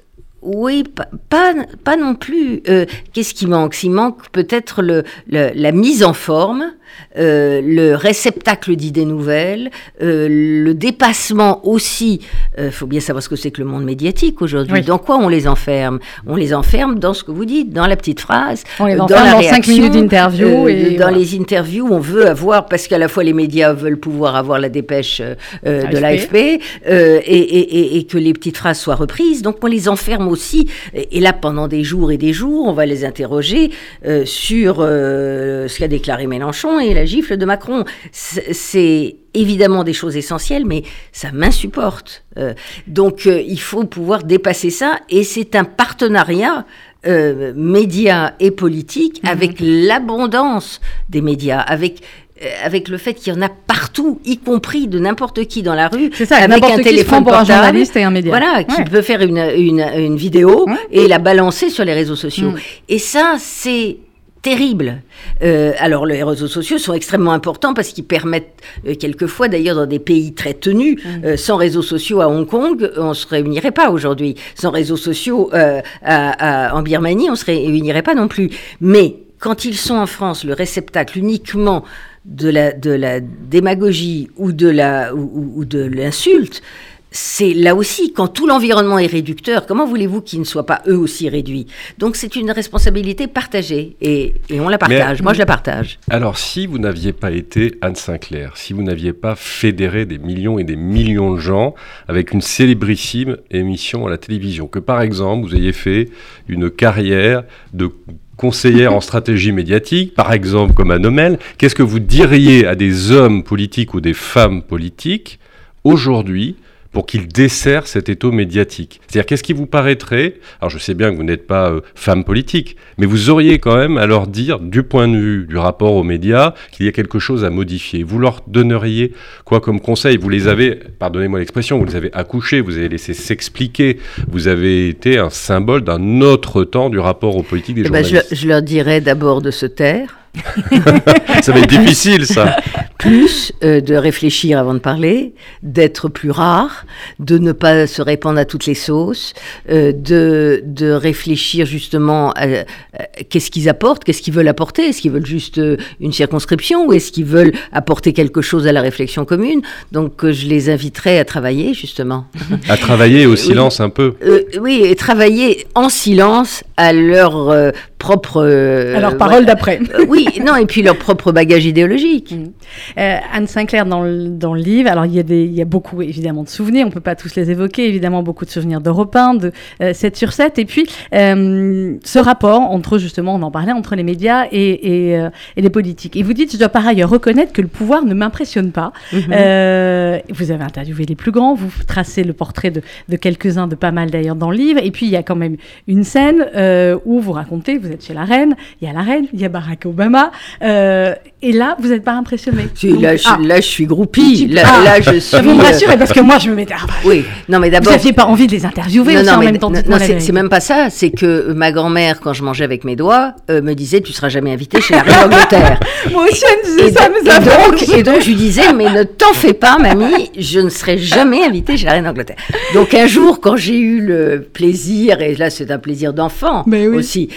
S3: Oui, pas, pas, pas non plus. Euh, qu'est-ce qui manque ? Il manque peut-être le, le, la mise en forme, euh, le réceptacle d'idées nouvelles, euh, le dépassement aussi. Il euh, faut bien savoir ce que c'est que le monde médiatique aujourd'hui. Oui. Dans quoi on les enferme ? On les enferme dans ce que vous dites, dans la petite phrase,
S2: on les
S3: dans
S2: enferme
S3: la
S2: dans
S3: réaction,
S2: cinq minutes d'interview.
S3: Euh,
S2: et
S3: dans
S2: voilà.
S3: les interviews, on veut avoir, parce qu'à la fois les médias veulent pouvoir avoir la dépêche euh, de l'A F P euh, et, et, et, et que les petites phrases soient reprises. Donc on les enferme aussi. Et là, pendant des jours et des jours, on va les interroger euh, sur euh, ce qu'a déclaré Mélenchon et la gifle de Macron. C'est, c'est évidemment des choses essentielles, mais ça m'insupporte. Euh, donc, euh, il faut pouvoir dépasser ça. Et c'est un partenariat euh, médias et politique mmh. avec l'abondance des médias, avec... avec le fait qu'il y en a partout, y compris de n'importe qui dans la rue,
S2: c'est ça,
S3: avec un téléphone
S2: pour
S3: portable,
S2: un journaliste et un média.
S3: Voilà, qui
S2: ouais.
S3: peut faire une, une, une vidéo ouais. et la balancer sur les réseaux sociaux. Mm. Et ça, c'est terrible. Euh, alors, les réseaux sociaux sont extrêmement importants parce qu'ils permettent, euh, quelquefois, d'ailleurs, dans des pays très tenus, mmh. euh, sans réseaux sociaux à Hong Kong, on ne se réunirait pas aujourd'hui. Sans réseaux sociaux euh, à, à, en Birmanie, on ne se réunirait pas non plus. Mais quand ils sont en France, le réceptacle uniquement de la, de la démagogie ou de, la, ou, ou de l'insulte, c'est là aussi, quand tout l'environnement est réducteur, comment voulez-vous qu'ils ne soient pas eux aussi réduits ? Donc c'est une responsabilité partagée et, et on la partage, Mais, moi je la partage.
S4: Alors si vous n'aviez pas été Anne Sinclair, si vous n'aviez pas fédéré des millions et des millions de gens avec une célébrissime émission à la télévision, que par exemple vous ayez fait une carrière de conseillère en stratégie médiatique, par exemple comme Anne Haumel, qu'est-ce que vous diriez à des hommes politiques ou des femmes politiques aujourd'hui pour qu'ils desserrent cet étau médiatique ? C'est-à-dire, qu'est-ce qui vous paraîtrait, alors je sais bien que vous n'êtes pas euh, femme politique, mais vous auriez quand même à leur dire, du point de vue du rapport aux médias, qu'il y a quelque chose à modifier. Vous leur donneriez quoi comme conseil ? Vous les avez, pardonnez-moi l'expression, vous les avez accouchés, vous avez laissé s'expliquer, vous avez été un symbole d'un autre temps du rapport aux politiques des
S3: eh
S4: journalistes.
S3: Ben je, je leur dirais d'abord de se taire.
S4: Ça va être difficile, ça.
S3: Plus euh, de réfléchir avant de parler, d'être plus rare, de ne pas se répandre à toutes les sauces, euh, de, de réfléchir justement à, à qu'est-ce qu'ils apportent, qu'est-ce qu'ils veulent apporter, est-ce qu'ils veulent juste euh, une circonscription ou est-ce qu'ils veulent apporter quelque chose à la réflexion commune. Donc euh, je les inviterai à travailler justement.
S4: À travailler au silence
S3: oui.
S4: un peu.
S3: Euh, oui, et travailler en silence à leur euh, propre... Euh,
S2: à leur parole ouais, d'après.
S3: Euh, oui, non, et puis leur propre bagage idéologique.
S2: Mmh. Euh, Anne Sinclair, dans le, dans le livre, alors il y, a des, il y a beaucoup évidemment de souvenirs, on ne peut pas tous les évoquer, évidemment beaucoup de souvenirs d'Europe un, de euh, sept sur sept, et puis euh, ce rapport entre, justement, on en parlait, entre les médias et, et, euh, et les politiques. Et vous dites, je dois par ailleurs reconnaître que le pouvoir ne m'impressionne pas. Mmh. Euh, vous avez interviewé les plus grands, vous tracez le portrait de, de quelques-uns, de pas mal d'ailleurs dans le livre, et puis il y a quand même une scène euh, où vous racontez, vous êtes chez la reine, il y a la reine, il y a Barack Obama, euh, et là, vous n'êtes pas impressionné.
S3: Si, là, je, ah. là, je suis groupie. Là,
S2: ah.
S3: là, je suis...
S2: Vous me rassurez, parce que moi, je me mettais... Ah, bah,
S3: oui, non, mais d'abord...
S2: Vous n'aviez pas envie de les interviewer
S3: non,
S2: aussi
S3: non,
S2: en
S3: mais,
S2: même temps.
S3: Non, non c'est, c'est même pas ça. C'est que ma grand-mère, quand je mangeais avec mes doigts, euh, me disait, tu seras jamais invitée chez la reine d'Angleterre.
S2: Moi aussi, elle me disait
S3: et
S2: ça,
S3: de,
S2: mais ça
S3: et donc, et donc, je lui disais, mais ne t'en fais pas, mamie, je ne serai jamais invitée chez la reine d'Angleterre. Donc, un jour, quand j'ai eu le plaisir, et là, c'est un plaisir d'enfant
S2: oui.
S3: aussi, euh,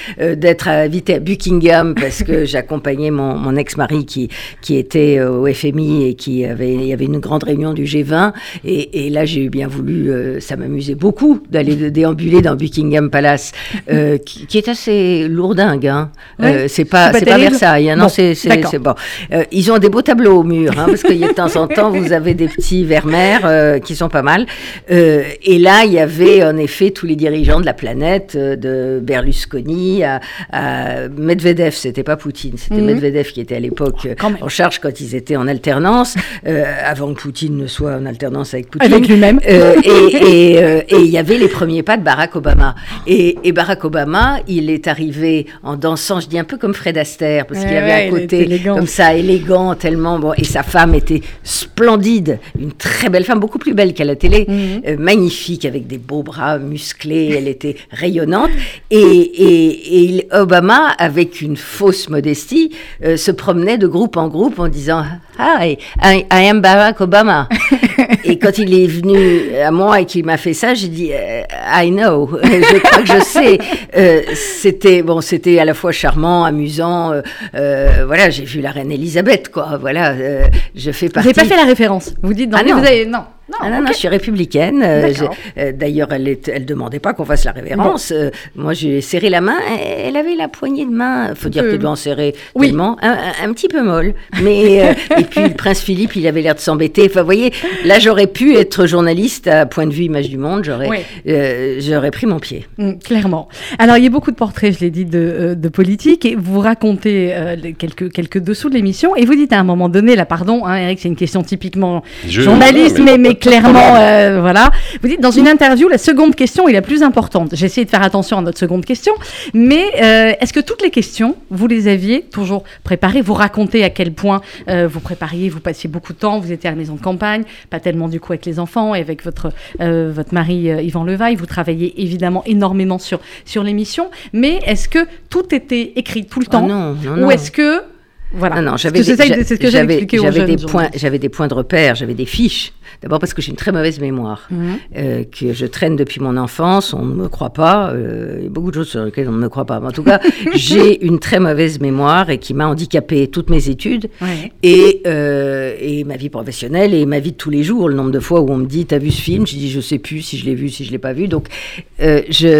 S3: d'être invitée à Buckingham parce que j'accompagnais mon, mon ex-mari qui, qui était au F M I et qui avait, il y avait une grande réunion du G vingt. Et, et là, j'ai bien voulu, euh, ça m'amusait beaucoup d'aller de déambuler dans Buckingham Palace, euh, qui, qui est assez lourdingue. Hein.
S2: Oui,
S3: euh, c'est pas,
S2: c'est
S3: c'est
S2: pas,
S3: pas Versailles. Hein, non,
S2: bon,
S3: c'est, c'est, c'est bon. Euh, ils ont des beaux tableaux au mur, hein, parce qu'il y a de temps en temps, vous avez des petits Vermeer euh, qui sont pas mal. Euh, et là, il y avait en effet tous les dirigeants de la planète, euh, de Berlusconi à, à Medvedev. C'était pas Poutine, c'était mmh. Medvedev qui était à l'époque euh, en charge quand ils étaient en alternance, euh, avant que Poutine ne soit en alternance avec Poutine.
S2: Avec lui-même.
S3: Euh, et il euh, il y avait les premiers pas de Barack Obama. Et, et Barack Obama, il est arrivé en dansant, je dis un peu comme Fred Astaire, parce ouais, qu'il avait ouais, un côté comme ça, élégant, tellement bon. Et sa femme était splendide, une très belle femme, beaucoup plus belle qu'à la télé, mm-hmm. euh, magnifique, avec des beaux bras musclés, elle était rayonnante. Et, et, et il, Obama, avec une fausse modestie, euh, se promenait de groupe en groupe en disant « Hi, I, I am Barack Obama ». Et quand il est venu à moi et qu'il m'a fait ça, j'ai dit euh, I know, je crois que je sais. Euh, c'était bon, c'était à la fois charmant, amusant. Euh, euh, voilà, j'ai vu la reine Elisabeth, quoi. Voilà, euh, je fais partie.
S2: Vous n'avez pas fait la référence. Vous dites non,
S3: ah,
S2: mais
S3: non.
S2: vous avez non.
S3: Non, ah non, okay. non, je suis républicaine. Euh, euh, d'ailleurs, elle ne elle demandait pas qu'on fasse la révérence. Bon. Euh, moi, j'ai serré la main. Elle avait la poignée de main. Il faut dire euh, qu'elle doit en serrer oui. tellement. Un, un, un petit peu molle. Mais, euh, et puis, le prince Philippe, il avait l'air de s'embêter. Enfin, vous voyez, là, j'aurais pu être journaliste à point de vue Image du Monde. J'aurais, oui. euh, j'aurais pris mon pied.
S2: Mmh, clairement. Alors, il y a beaucoup de portraits, je l'ai dit, de, euh, de politique. Et vous racontez euh, quelques, quelques dessous de l'émission. Et vous dites à un moment donné, là, pardon, hein, Eric, c'est une question typiquement je, journaliste, mais, mais, mais clairement... Euh, Euh, voilà. Vous dites dans une interview, la seconde question est la plus importante. J'ai essayé de faire attention à notre seconde question, mais euh, est-ce que toutes les questions, vous les aviez toujours préparées? Vous racontez à quel point euh, vous prépariez, vous passiez beaucoup de temps, vous étiez à la maison de campagne, pas tellement du coup avec les enfants et avec votre, euh, votre mari euh, Yvan Levaille. Vous travaillez évidemment énormément sur, sur l'émission, mais est-ce que tout était écrit tout le temps?
S3: Ah non, non, non.
S2: Ou est-ce que... Voilà.
S3: Non, non, j'avais des, c'est ce que j'avais, expliqué aux jeunes, des points, j'avais des points de repère, j'avais des fiches. D'abord parce que j'ai une très mauvaise mémoire, mmh. euh, que je traîne depuis mon enfance. On ne me croit pas. Euh, il y a beaucoup de choses sur lesquelles on ne me croit pas. Mais en tout cas, j'ai une très mauvaise mémoire et qui m'a handicapé toutes mes études ouais. et, euh, et ma vie professionnelle et ma vie de tous les jours. Le nombre de fois où on me dit « T'as vu ce film ?» Je dis « Je ne sais plus si je l'ai vu, si je ne l'ai pas vu. » Donc, euh,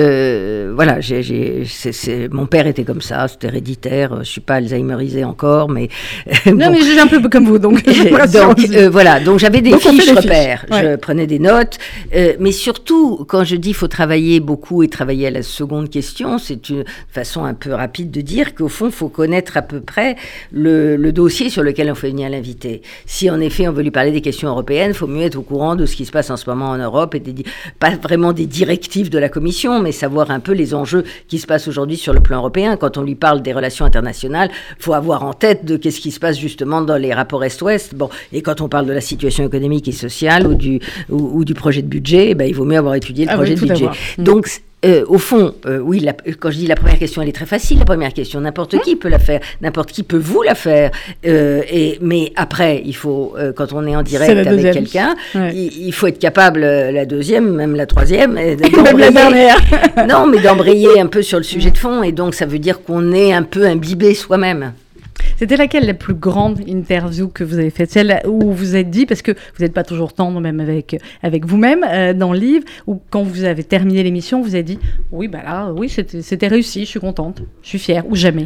S3: je, voilà, j'ai, j'ai, c'est, c'est, mon père était comme ça, c'était héréditaire. Je ne suis pas alzheimerisée encore, mais...
S2: non, bon. mais j'ai un peu comme vous, donc...
S3: donc, euh, voilà, donc j'avais des
S2: donc
S3: fiches repères.
S2: Ouais.
S3: Je prenais des notes, euh, mais surtout, quand je dis qu'il faut travailler beaucoup et travailler à la seconde question, c'est une façon un peu rapide de dire qu'au fond, il faut connaître à peu près le, le dossier sur lequel on fait venir l'invité. Si en effet, on veut lui parler des questions européennes, il faut mieux être au courant de ce qui se passe en ce moment en Europe, et des, pas vraiment des directives de la Commission, mais savoir un peu les enjeux qui se passent aujourd'hui sur le plan européen. Quand on lui parle des relations internationales, il faut avoir en tête de qu'est-ce qui se passe justement dans les rapports Est-Ouest. Bon, et quand on parle de la situation économique et sociale, Ou du, ou, ou du projet de budget, eh ben, il vaut mieux avoir étudié le ah projet oui, de budget. Donc, euh, au fond, euh, oui, la, quand je dis la première question, elle est très facile. La première question, n'importe qui peut la faire, n'importe qui peut vous la faire. Euh, et, mais après, il faut, euh, quand on est en direct est avec quelqu'un, ouais. il, il faut être capable, la deuxième, même la troisième,
S2: même la dernière.
S3: non, mais d'embrayer un peu sur le sujet de fond. Et donc, ça veut dire qu'on est un peu imbibé soi-même.
S2: C'était laquelle la plus grande interview que vous avez faite? Celle où vous vous êtes dit, parce que vous n'êtes pas toujours tendre même avec, avec vous-même euh, dans le livre, ou quand vous avez terminé l'émission, vous avez dit « Oui, bah là, oui, c'était, c'était réussi, je suis contente, je suis fière » ou jamais?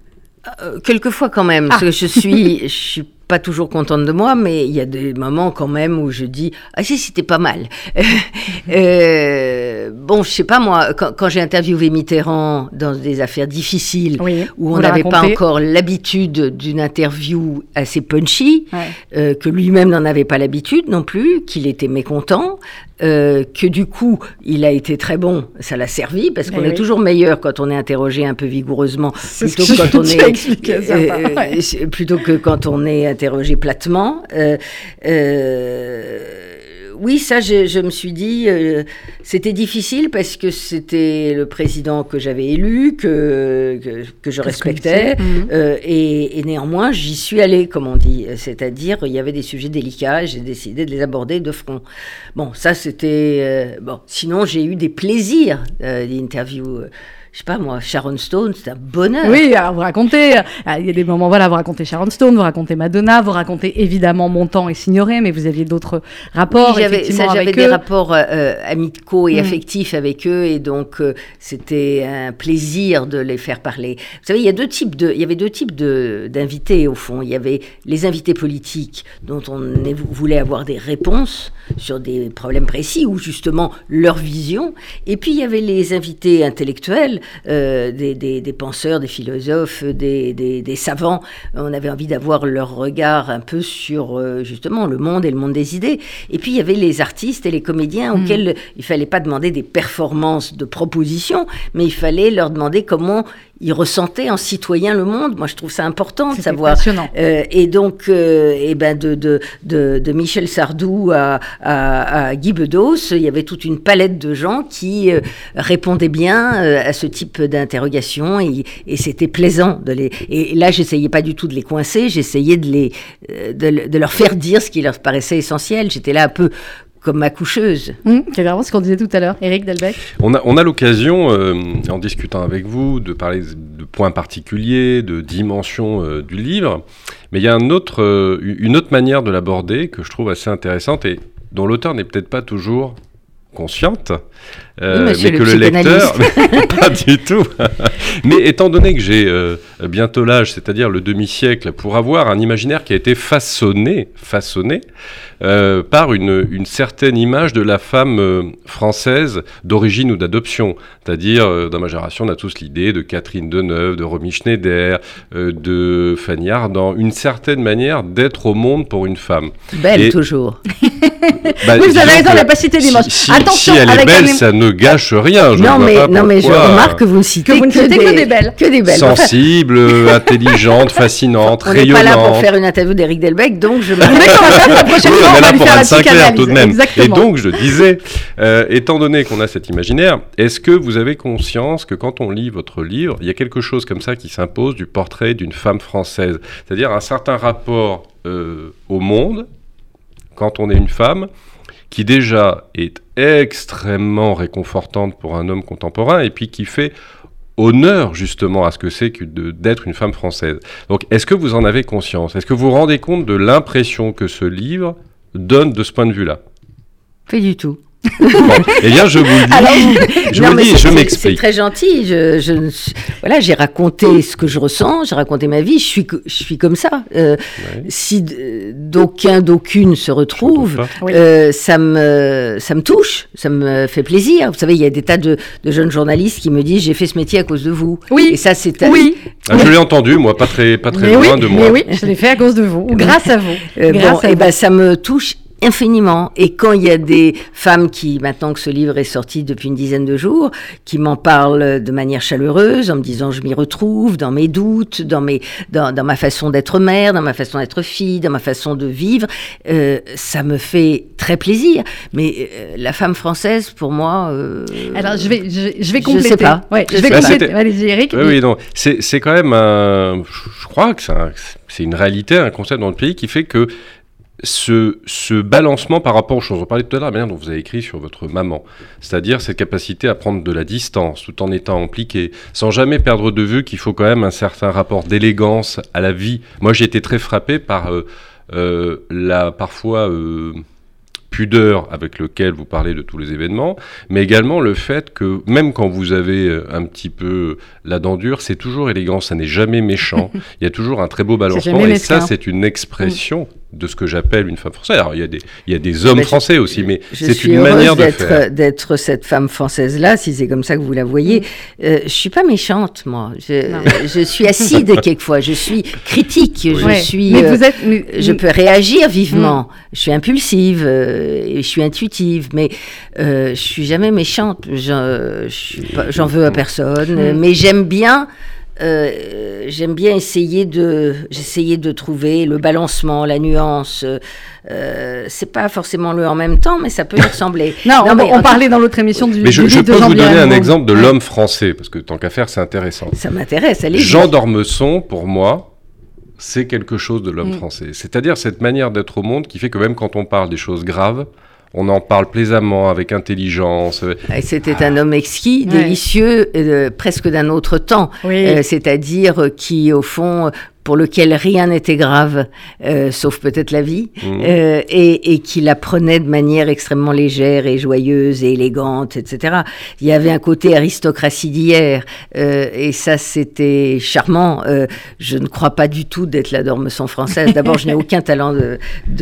S3: euh, Quelquefois quand même, ah. parce que je suis... je suis pas toujours contente de moi, mais il y a des moments quand même où je dis « Ah si, c'était pas mal. » euh, Bon, je sais pas moi, quand, quand j'ai interviewé Mitterrand dans des affaires difficiles, oui, où on n'avait pas encore l'habitude d'une interview assez punchy, ouais. euh, que lui-même n'en avait pas l'habitude non plus, qu'il était mécontent, euh, que du coup, il a été très bon, ça l'a servi, parce qu'on oui, est oui. toujours meilleur quand on est interrogé un peu vigoureusement, plutôt que, quand on est, euh, ouais. plutôt que quand on est interrogé platement. Euh, euh, oui, ça, je, je me suis dit, euh, c'était difficile parce que c'était le président que j'avais élu, que, que, que je respectais, euh, et, et néanmoins, j'y suis allée, comme on dit. C'est-à-dire, il y avait des sujets délicats, et j'ai décidé de les aborder de front. Bon, ça, c'était... Euh, bon. Sinon, j'ai eu des plaisirs euh, d'interview. je sais pas moi, Sharon Stone, c'est un bonheur.
S2: Oui, alors vous racontez, il y a des moments, voilà, vous racontez Sharon Stone, vous racontez Madonna, vous racontez évidemment Montand et Signoret, mais vous aviez d'autres rapports,
S3: oui, j'avais,
S2: effectivement,
S3: ça, j'avais
S2: avec
S3: des
S2: eux.
S3: rapports euh, amicaux et
S2: mmh.
S3: affectifs avec eux, et donc euh, c'était un plaisir de les faire parler. Vous savez, il y a deux types de, il y avait deux types de, d'invités au fond. Il y avait les invités politiques dont on voulait avoir des réponses sur des problèmes précis ou justement leur vision, et puis il y avait les invités intellectuels, euh, des, des, des penseurs, des philosophes, des, des, des savants. On avait envie d'avoir leur regard un peu sur euh, justement le monde et le monde des idées. Et puis il y avait les artistes et les comédiens mmh. auxquels il fallait pas demander des performances de propositions, mais il fallait leur demander comment ils ressentaient en citoyen le monde. Moi, je trouve ça important de
S2: C'était
S3: savoir.
S2: Passionnant.
S3: Euh, et donc, euh, et ben de, de, de, de Michel Sardou à, à, à Guy Bedos, il y avait toute une palette de gens qui euh, répondaient bien euh, à ce type d'interrogation, et, et c'était plaisant de les. Et là, j'essayais pas du tout de les coincer, j'essayais de les, de, de leur faire dire ce qui leur paraissait essentiel. J'étais là un peu comme ma coucheuse.
S2: Mmh, c'est vraiment ce qu'on disait tout à l'heure. Éric Delbecq.
S4: On a, on a l'occasion, euh, en discutant avec vous, de parler de points particuliers, de dimensions euh, du livre, mais il y a un autre, euh, une autre manière de l'aborder que je trouve assez intéressante et dont l'auteur n'est peut-être pas toujours consciente, euh,
S3: oui,
S4: mais que le, le lecteur, pas du tout. Mais étant donné que j'ai euh, bientôt l'âge, c'est-à-dire le demi-siècle, pour avoir un imaginaire qui a été façonné, façonné euh, par une, une certaine image de la femme euh, française d'origine ou d'adoption. C'est-à-dire, euh, dans ma génération, on a tous l'idée de Catherine Deneuve, de Romy Schneider, euh, de Fanny Ardant, une certaine manière d'être au monde pour une femme.
S3: Belle
S4: Et,
S3: toujours.
S4: Bah,
S2: oui, vous avez raison, on n'a pas cité
S4: si,
S2: dimanche.
S4: Si,
S2: Attention,
S4: si elle
S2: avec
S4: est belle,
S2: un...
S4: ça ne gâche rien. Je
S3: non,
S4: vois
S3: mais,
S4: pas
S3: non mais je remarque que vous ne citez,
S2: que, vous ne
S3: que,
S2: citez
S3: des,
S2: que des belles.
S3: Que des belles.
S4: Sensible, enfin, intelligente, fascinante,
S3: on
S4: rayonnante.
S3: On n'est pas là pour faire une interview d'Éric Delbecq, donc je me...
S2: Mais qu'on va faire la prochaine
S4: oui,
S2: fois,
S4: on est
S2: on
S4: là
S2: va lui
S4: pour
S2: faire la
S4: Anne Sinclair tout de même.
S2: Exactement.
S4: Et donc, je disais, euh, étant donné qu'on a cet imaginaire, est-ce que vous avez conscience que quand on lit votre livre, il y a quelque chose comme ça qui s'impose du portrait d'une femme française, c'est-à-dire un certain rapport euh, au monde, quand on est une femme, qui déjà est extrêmement réconfortante pour un homme contemporain, et puis qui fait honneur justement à ce que c'est que de, d'être une femme française. Donc, est-ce que vous en avez conscience ? Est-ce que vous vous rendez compte de l'impression que ce livre donne de ce point de vue-là ?
S3: Pas du tout.
S4: Bon, eh bien, je vous le dis, Alors, je,
S3: non,
S4: vous dis, je
S3: c'est,
S4: m'explique.
S3: C'est très gentil. Je, je, voilà, j'ai raconté ce que je ressens, j'ai raconté ma vie. Je suis, je suis comme ça. Euh, ouais. Si d'aucun, d'aucune se retrouve, euh, ça me, ça me touche, ça me fait plaisir. Vous savez, il y a des tas de, de jeunes journalistes qui me disent j'ai fait ce métier à cause de vous.
S2: Oui.
S3: Et ça, c'est un...
S2: oui.
S4: Ah, je l'ai entendu, moi, pas très, pas très loin
S2: oui,
S4: de moi.
S2: Mais oui, je l'ai fait à cause de vous, ou grâce à vous.
S3: Euh,
S2: grâce
S3: bon,
S2: à
S3: et
S2: vous.
S3: ben, ça me touche infiniment. Et quand il y a des femmes qui, maintenant que ce livre est sorti depuis une dizaine de jours, qui m'en parlent de manière chaleureuse, en me disant je m'y retrouve dans mes doutes, dans mes, dans, dans ma façon d'être mère, dans ma façon d'être fille, dans ma façon de vivre, euh, ça me fait très plaisir. Mais euh, la femme française, pour moi, euh,
S2: alors je vais, je, je vais compléter.
S3: Je sais pas.
S2: Ouais, je,
S3: je
S2: vais
S3: sais
S2: compléter.
S3: pas.
S2: Allez-y, Éric.
S4: Oui, oui, non. C'est, c'est quand même un. Je crois que c'est, un, c'est une réalité, un concept dans le pays qui fait que Ce, ce balancement par rapport aux choses, on parlait tout à l'heure de la manière dont vous avez écrit sur votre maman, c'est-à-dire cette capacité à prendre de la distance tout en étant impliqué, sans jamais perdre de vue qu'il faut quand même un certain rapport d'élégance à la vie. Moi, j'ai été très frappé par euh, euh, la parfois euh, pudeur avec laquelle vous parlez de tous les événements, mais également le fait que même quand vous avez un petit peu la dent dure, c'est toujours élégant, ça n'est jamais méchant, il y a toujours un très beau balancement, et mesquin. Ça, c'est une expression de ce que j'appelle une femme française. Alors, il y a des, il y a des hommes mais français je, aussi, mais c'est une manière de faire.
S3: D'être cette femme française-là, si c'est comme ça que vous la voyez. Euh, je suis pas méchante, moi. Je, je suis acide quelquefois. Je suis critique. Oui. Je
S2: ouais.
S3: suis.
S2: Mais
S3: euh,
S2: vous êtes. Mais,
S3: je peux réagir vivement. Mm. Je suis impulsive. Euh, et je suis intuitive, mais euh, je suis jamais méchante. J'en, pas, j'en veux à personne. Mm. Mais j'aime bien. Euh, j'aime bien essayer de, j'essayais de trouver le balancement, la nuance. Euh, c'est pas forcément le en même temps, mais ça peut y ressembler.
S2: non,
S3: non,
S2: on,
S3: mais
S2: on parlait dans l'autre émission du.
S4: Mais je,
S2: du
S4: je
S2: de
S4: peux
S2: Jean
S4: vous donner
S2: Biron.
S4: un exemple de ouais. l'homme français, parce que tant qu'à faire, c'est intéressant.
S3: Ça m'intéresse. Allez.
S4: Jean d'Ormesson, pour moi, c'est quelque chose de l'homme mmh. français. C'est-à-dire cette manière d'être au monde qui fait que même quand on parle des choses graves, on en parle plaisamment, avec intelligence.
S3: Et c'était ah. un homme exquis, ouais. délicieux, euh, presque d'un autre temps. Oui. Euh, c'est-à-dire qui, au fond, pour lequel rien n'était grave, euh, sauf peut-être la vie, mmh. euh, et, et qui la prenait de manière extrêmement légère et joyeuse et élégante, et cetera. Il y avait un côté aristocratie d'hier, euh, et ça, c'était charmant. Euh, je ne crois pas du tout d'être la Dormesson française. D'abord, je n'ai aucun talent de,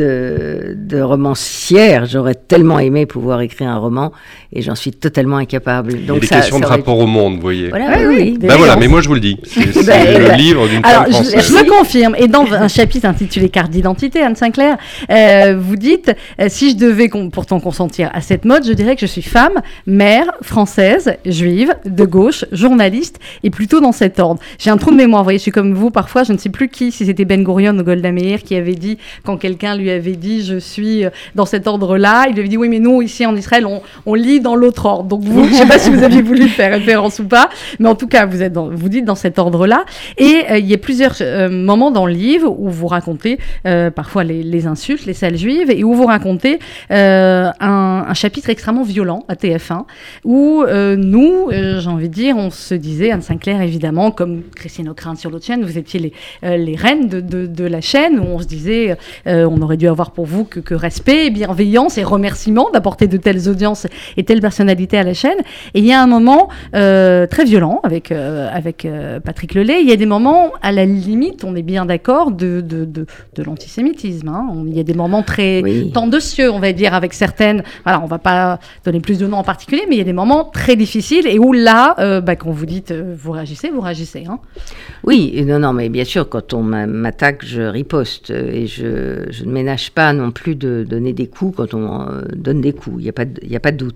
S3: de, de romancière. J'aurais tellement aimé pouvoir écrire un roman, et j'en suis totalement incapable.
S4: Donc, il y a des ça, questions ça de rapport été... au monde, vous voyez.
S3: Voilà, oui, oui. oui.
S4: Ben voilà, mais moi, je vous le dis. C'est, c'est ben, le ben, livre d'une femme française.
S2: Je le confirme. Et dans un chapitre intitulé Carte d'identité, Anne Sinclair, euh, vous dites euh, si je devais con- pourtant consentir à cette mode, je dirais que je suis femme, mère, française, juive, de gauche, journaliste, et plutôt dans cet ordre. J'ai un trou de mémoire, vous voyez, je suis comme vous, parfois, je ne sais plus qui, si c'était Ben Gurion ou Golda Meir qui avait dit, quand quelqu'un lui avait dit je suis dans cet ordre-là, il lui avait dit oui, mais nous, ici en Israël, on, on lit dans l'autre ordre. Donc vous, je ne sais pas si vous aviez voulu faire référence ou pas, mais en tout cas, vous, êtes dans, vous dites dans cet ordre-là. Et euh, il y a plusieurs euh, moments dans le livre où vous racontez euh, parfois les, les insultes, les salles juives, et où vous racontez euh, un, un chapitre extrêmement violent à T F un, où euh, nous, euh, j'ai envie de dire, on se disait, Anne Sinclair évidemment, comme Christine Ockrent sur l'autre chaîne, vous étiez les, euh, les reines de, de, de la chaîne, où on se disait, euh, on aurait dû avoir pour vous que, que respect, bienveillance et remerciement d'apporter de telles audiences et telles personnalités à la chaîne. Et il y a un moment euh, très violent avec, euh, avec euh, Patrick Lelay, il y a des moments, à la limite, on est bien d'accord, de, de, de, de l'antisémitisme. Hein. On, il y a des moments très oui. tendancieux, on va dire, avec certaines... Voilà, on ne va pas donner plus de noms en particulier, mais il y a des moments très difficiles et où là, euh, bah, quand vous dites euh, vous réagissez, vous réagissez. Hein.
S3: Oui, non, non, mais bien sûr, quand on m'attaque, je riposte et je, je ne ménage pas non plus de donner des coups quand on euh, donne des coups. Il n'y a pas de, il n'y a pas de doute.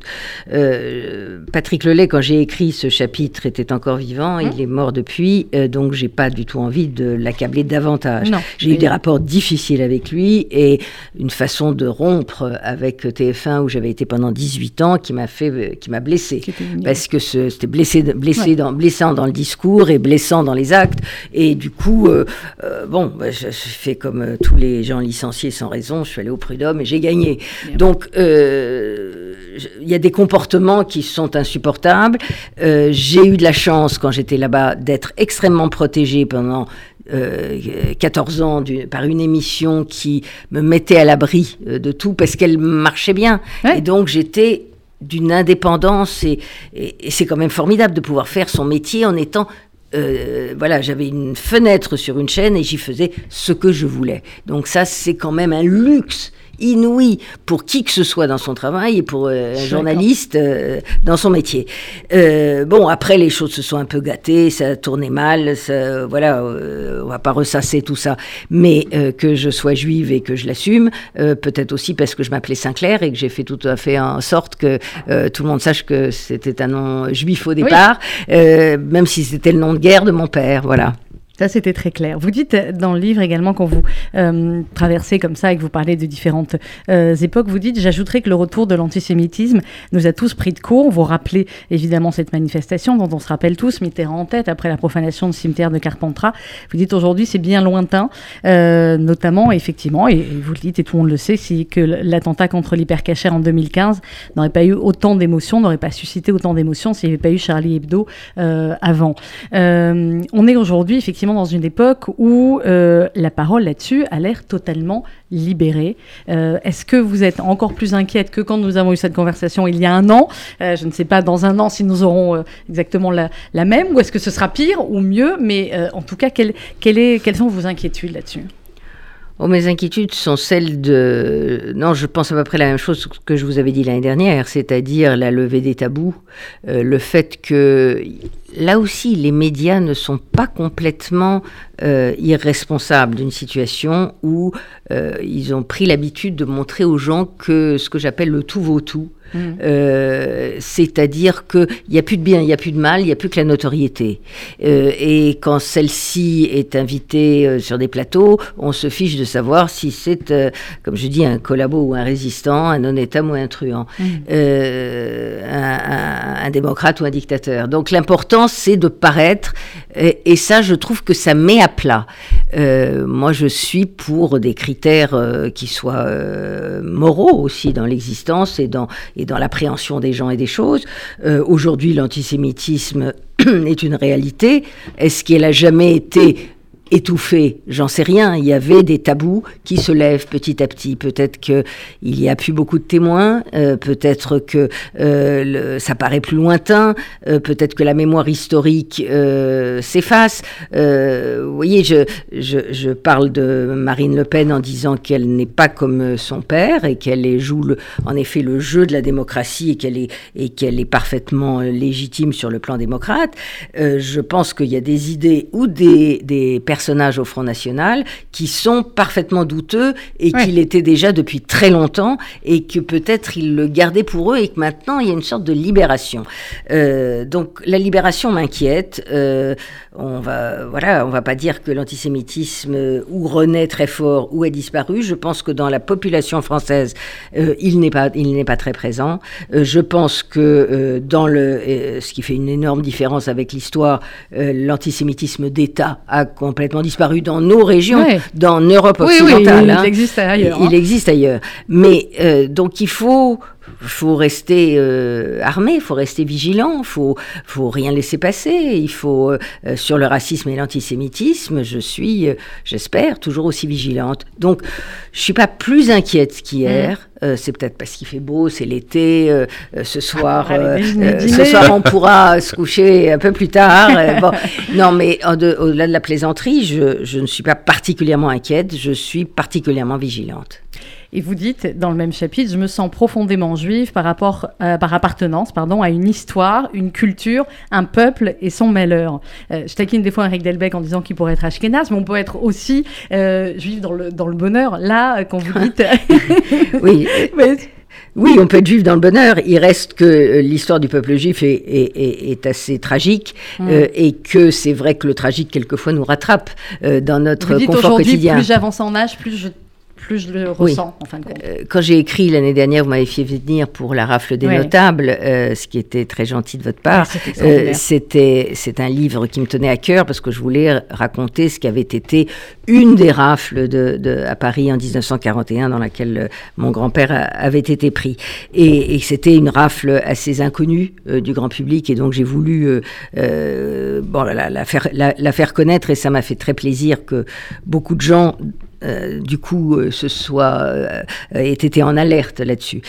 S3: Euh, Patrick Lelay, quand j'ai écrit ce chapitre, était encore vivant. Hum. Il est mort depuis, euh, donc j'ai pas du tout envie de l'accabler davantage. Non, j'ai mais... eu des rapports difficiles avec lui et une façon de rompre avec T F un où j'avais été pendant dix-huit ans qui m'a fait, qui m'a blessée. Parce que ce, c'était blessé, blessé ouais. dans, blessant dans le discours et blessant dans les actes. Et du coup, euh, euh, bon, bah, je, je fais comme euh, tous les gens licenciés sans raison, je suis allée au prud'homme et j'ai gagné. Bien. Donc, il euh, y a des comportements qui sont insupportables. Euh, j'ai eu de la chance, quand j'étais là-bas, d'être extrêmement protégée pendant Euh, quatorze ans du, par une émission qui me mettait à l'abri euh, de tout parce qu'elle marchait bien. Ouais. Et donc j'étais d'une indépendance et, et, et c'est quand même formidable de pouvoir faire son métier en étant... Euh, voilà, j'avais une fenêtre sur une chaîne et j'y faisais ce que je voulais. Donc ça, c'est quand même un luxe inouï pour qui que ce soit dans son travail et pour euh, un journaliste euh, dans son métier. Euh, bon, après, les choses se sont un peu gâtées, ça tournait mal, ça, voilà, euh, on va pas ressasser tout ça, mais euh, que je sois juive et que je l'assume, euh, peut-être aussi parce que je m'appelais Sinclair et que j'ai fait tout à fait en sorte que euh, tout le monde sache que c'était un nom juif au départ, oui. euh, même si c'était le nom de guerre de mon père, voilà.
S2: Ça, c'était très clair. Vous dites dans le livre également, quand vous euh, traversez comme ça et que vous parlez de différentes euh, époques, vous dites « J'ajouterai que le retour de l'antisémitisme nous a tous pris de court ». Vous rappelez évidemment cette manifestation dont on se rappelle tous, Mitterrand en tête, après la profanation du cimetière de Carpentras. Vous dites aujourd'hui, c'est bien lointain, euh, notamment, effectivement, et, et vous le dites et tout le monde le sait, si que l'attentat contre l'hypercacher en deux mille quinze n'aurait pas eu autant d'émotions, n'aurait pas suscité autant d'émotions s'il n'y avait pas eu Charlie Hebdo euh, avant. Euh, on est aujourd'hui, effectivement, dans une époque où euh, la parole là-dessus a l'air totalement libérée. Euh, est-ce que vous êtes encore plus inquiète que quand nous avons eu cette conversation il y a un an ? euh, Je ne sais pas dans un an si nous aurons euh, exactement la, la même, ou est-ce que ce sera pire ou mieux ? Mais euh, en tout cas, quelle, quelle est, quelles sont vos inquiétudes là-dessus ?
S3: Oh, mes inquiétudes sont celles de... Non, je pense à peu près la même chose que je vous avais dit l'année dernière, c'est-à-dire la levée des tabous, euh, le fait que, là aussi, les médias ne sont pas complètement euh, irresponsables d'une situation où euh, ils ont pris l'habitude de montrer aux gens que ce que j'appelle le tout vaut tout. Mmh. Euh, c'est-à-dire qu'il n'y a plus de bien, il n'y a plus de mal, il n'y a plus que la notoriété. Euh, et quand celle-ci est invitée euh, sur des plateaux, on se fiche de savoir si c'est, euh, comme je dis, un collabo ou un résistant, un honnête homme ou un truand, mmh. euh, un, un, un démocrate ou un dictateur. Donc l'important, c'est de paraître, et, et ça, je trouve que ça met à plat Euh, moi, je suis pour des critères euh, qui soient euh, moraux aussi dans l'existence et dans, et dans l'appréhension des gens et des choses. Euh, aujourd'hui, l'antisémitisme est une réalité. Est-ce qu'elle a jamais été étouffé, j'en sais rien. Il y avait des tabous qui se lèvent petit à petit. Peut-être qu'il n'y a plus beaucoup de témoins, euh, peut-être que euh, le, ça paraît plus lointain, euh, peut-être que la mémoire historique euh, s'efface. Euh, vous voyez, je, je, je parle de Marine Le Pen en disant qu'elle n'est pas comme son père et qu'elle joue le, en effet le jeu de la démocratie et qu'elle est, et qu'elle est parfaitement légitime sur le plan démocrate. Euh, je pense qu'il y a des idées ou des, des personnes personnages au Front National qui sont parfaitement douteux et ouais. qu'il était déjà depuis très longtemps et que peut-être ils le gardaient pour eux et que maintenant il y a une sorte de libération. Euh, donc la libération m'inquiète. Euh, on va, voilà, on va pas dire que l'antisémitisme euh, ou renaît très fort ou a disparu. Je pense que dans la population française, euh, il n'est pas, il n'est pas très présent. Euh, je pense que euh, dans le, euh, ce qui fait une énorme différence avec l'histoire, euh, l'antisémitisme d'État a complètement disparu dans nos régions, ouais. dans l'Europe occidentale.
S2: Oui, oui, il
S3: hein.
S2: existe ailleurs.
S3: Il
S2: hein.
S3: existe ailleurs. Mais euh, donc il faut... Il faut rester euh, armé, il faut rester vigilant, il faut, faut rien laisser passer. Il faut, euh, sur le racisme et l'antisémitisme, je suis, euh, j'espère, toujours aussi vigilante. Donc, je ne suis pas plus inquiète qu'hier. Mmh. Euh, c'est peut-être parce qu'il fait beau, c'est l'été. Euh, euh, ce soir, euh, euh, ce soir, on pourra se coucher un peu plus tard. Euh, bon. Non, mais en de, au-delà de la plaisanterie, je, je ne suis pas particulièrement inquiète. Je suis particulièrement vigilante.
S2: Et vous dites, dans le même chapitre, je me sens profondément juive par, rapport, euh, par appartenance pardon, à une histoire, une culture, un peuple et son malheur. Euh, je taquine des fois Eric Delbecq en disant qu'il pourrait être ashkénaze, mais on peut être aussi euh, juif dans le, dans le bonheur. Là, quand vous dites...
S3: oui. mais... Oui, on peut être juif dans le bonheur. Il reste que l'histoire du peuple juif est, est, est, est assez tragique mmh. euh, et que c'est vrai que le tragique, quelquefois, nous rattrape euh, dans notre
S2: vous dites
S3: confort quotidien.
S2: Plus j'avance en âge, plus je... plus je le ressens, oui. en fin de compte.
S3: Euh, quand j'ai écrit l'année dernière, vous m'avez fait venir pour la rafle des ouais. notables, euh, ce qui était très gentil de votre part.
S2: Ouais,
S3: euh, c'était, c'est un livre qui me tenait à cœur parce que je voulais raconter ce qu'avait été une des rafles de, de, à Paris en dix-neuf cent quarante et un dans laquelle euh, mon grand-père a, avait été pris. Et, et c'était une rafle assez inconnue euh, du grand public et donc j'ai voulu euh, euh, bon, la, la, faire, la, la faire connaître et ça m'a fait très plaisir que beaucoup de gens... Euh, du coup, euh, ce soit euh, ait été en alerte là-dessus.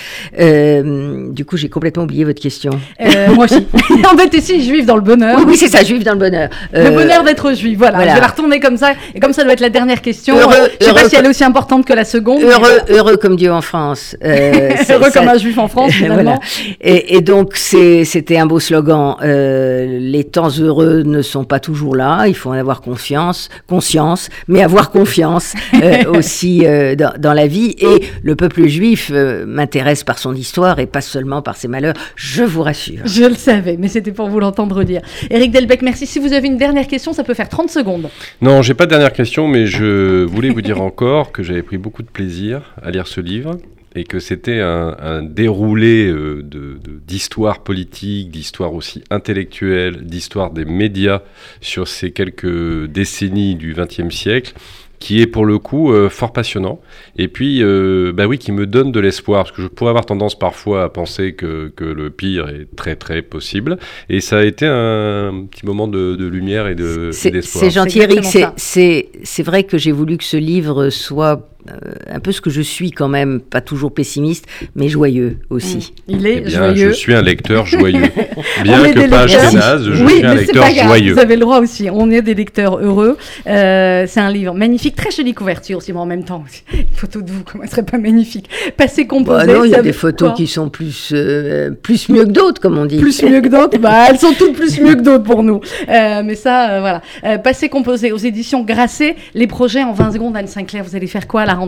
S3: Euh, du coup, j'ai complètement oublié votre question.
S2: Euh, moi aussi. En fait, ici, juive dans le bonheur.
S3: Oui, oui, c'est ça, juive dans le bonheur.
S2: Euh, le bonheur d'être juif. Voilà. voilà. Je vais la retourner comme ça. Et comme ça doit être la dernière question.
S3: Heureux,
S2: je ne sais
S3: heureux,
S2: pas si elle est aussi importante que la seconde.
S3: Heureux, mais... heureux comme Dieu en France.
S2: Euh, heureux ça... comme un juif en France, finalement. Voilà.
S3: Et, et donc, c'est, c'était un beau slogan. Euh, les temps heureux ne sont pas toujours là. Il faut en avoir confiance, conscience, mais avoir confiance. Euh, aussi euh, dans, dans la vie et le peuple juif euh, m'intéresse par son histoire et pas seulement par ses malheurs, je vous rassure.
S2: Je le savais, mais c'était pour vous l'entendre dire. Eric Delbecq, merci. Si vous avez une dernière question, ça peut faire trente secondes.
S4: Non, j'ai pas de dernière question, mais je voulais vous dire encore que j'avais pris beaucoup de plaisir à lire ce livre et que c'était un, un déroulé euh, de, de, d'histoire politique, d'histoire aussi intellectuelle, d'histoire des médias sur ces quelques décennies du vingtième siècle qui est pour le coup euh, fort passionnant et puis euh, bah oui qui me donne de l'espoir parce que je pourrais avoir tendance parfois à penser que, que le pire est très très possible et ça a été un petit moment de, de lumière et, de,
S3: c'est,
S4: et d'espoir.
S3: C'est gentil Eric, c'est, c'est, c'est vrai que j'ai voulu que ce livre soit euh, un peu ce que je suis quand même, pas toujours pessimiste mais joyeux aussi.
S2: Mmh. Il est
S4: eh bien,
S2: joyeux.
S4: Je suis un lecteur joyeux. Bien que pas ashkénaze, je oui, suis un lecteur joyeux.
S2: Vous avez le droit aussi, on est des lecteurs heureux. Euh, c'est un livre magnifique. Très jolie couverture aussi, mais en même temps, une photo de vous, comment elle serait pas magnifique. Passé composé.
S3: Bah non, il y a des photos quoi qui sont plus, euh, plus mieux que d'autres, comme on dit.
S2: Plus mieux que d'autres, bah, elles sont toutes plus mieux que d'autres pour nous. Euh, mais ça, euh, voilà. Euh, Passé composé aux éditions Grasset. Les projets en vingt secondes, Anne Sinclair, vous allez faire quoi à la rentrée ?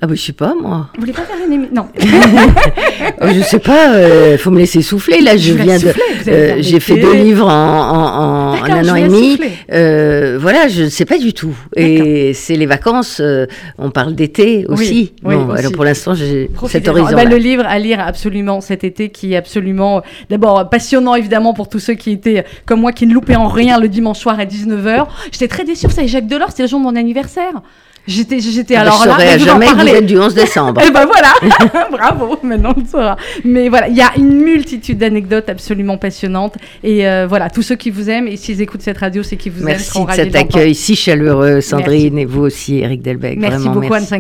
S3: Ah bah je sais pas moi.
S2: Vous voulez pas faire une émission? Non.
S3: oh, je sais pas, il euh, faut me laisser souffler. Là, je, je viens de, euh, j'ai fait deux livres en, en, en un an et demi. Euh, voilà, je ne sais pas du tout. Et c'est les vacances. Euh, on parle d'été aussi.
S2: Oui,
S3: bon,
S2: oui, aussi.
S3: Alors pour l'instant, j'ai cet horizon.
S2: Bah, le livre à lire absolument cet été, qui est absolument, d'abord passionnant évidemment pour tous ceux qui étaient comme moi, qui ne loupaient en rien le dimanche soir à dix-neuf heures. J'étais très déçue. Ça, Jacques Delors, c'était le jour de mon anniversaire. J'étais, j'étais
S3: ah
S2: alors
S3: bah, je
S2: là.
S3: saurais à jamais que vous êtes du onze décembre.
S2: Et ben voilà, bravo, maintenant on le saura. Mais voilà, il y a une multitude d'anecdotes absolument passionnantes. Et euh, voilà, tous ceux qui vous aiment, et s'ils écoutent cette radio, c'est qu'ils vous
S3: merci
S2: aiment.
S3: Merci de cet accueil si chaleureux, Sandrine, merci. Et vous aussi, Éric Delbecq.
S2: Merci
S3: Vraiment,
S2: beaucoup,
S3: merci.
S2: Anne.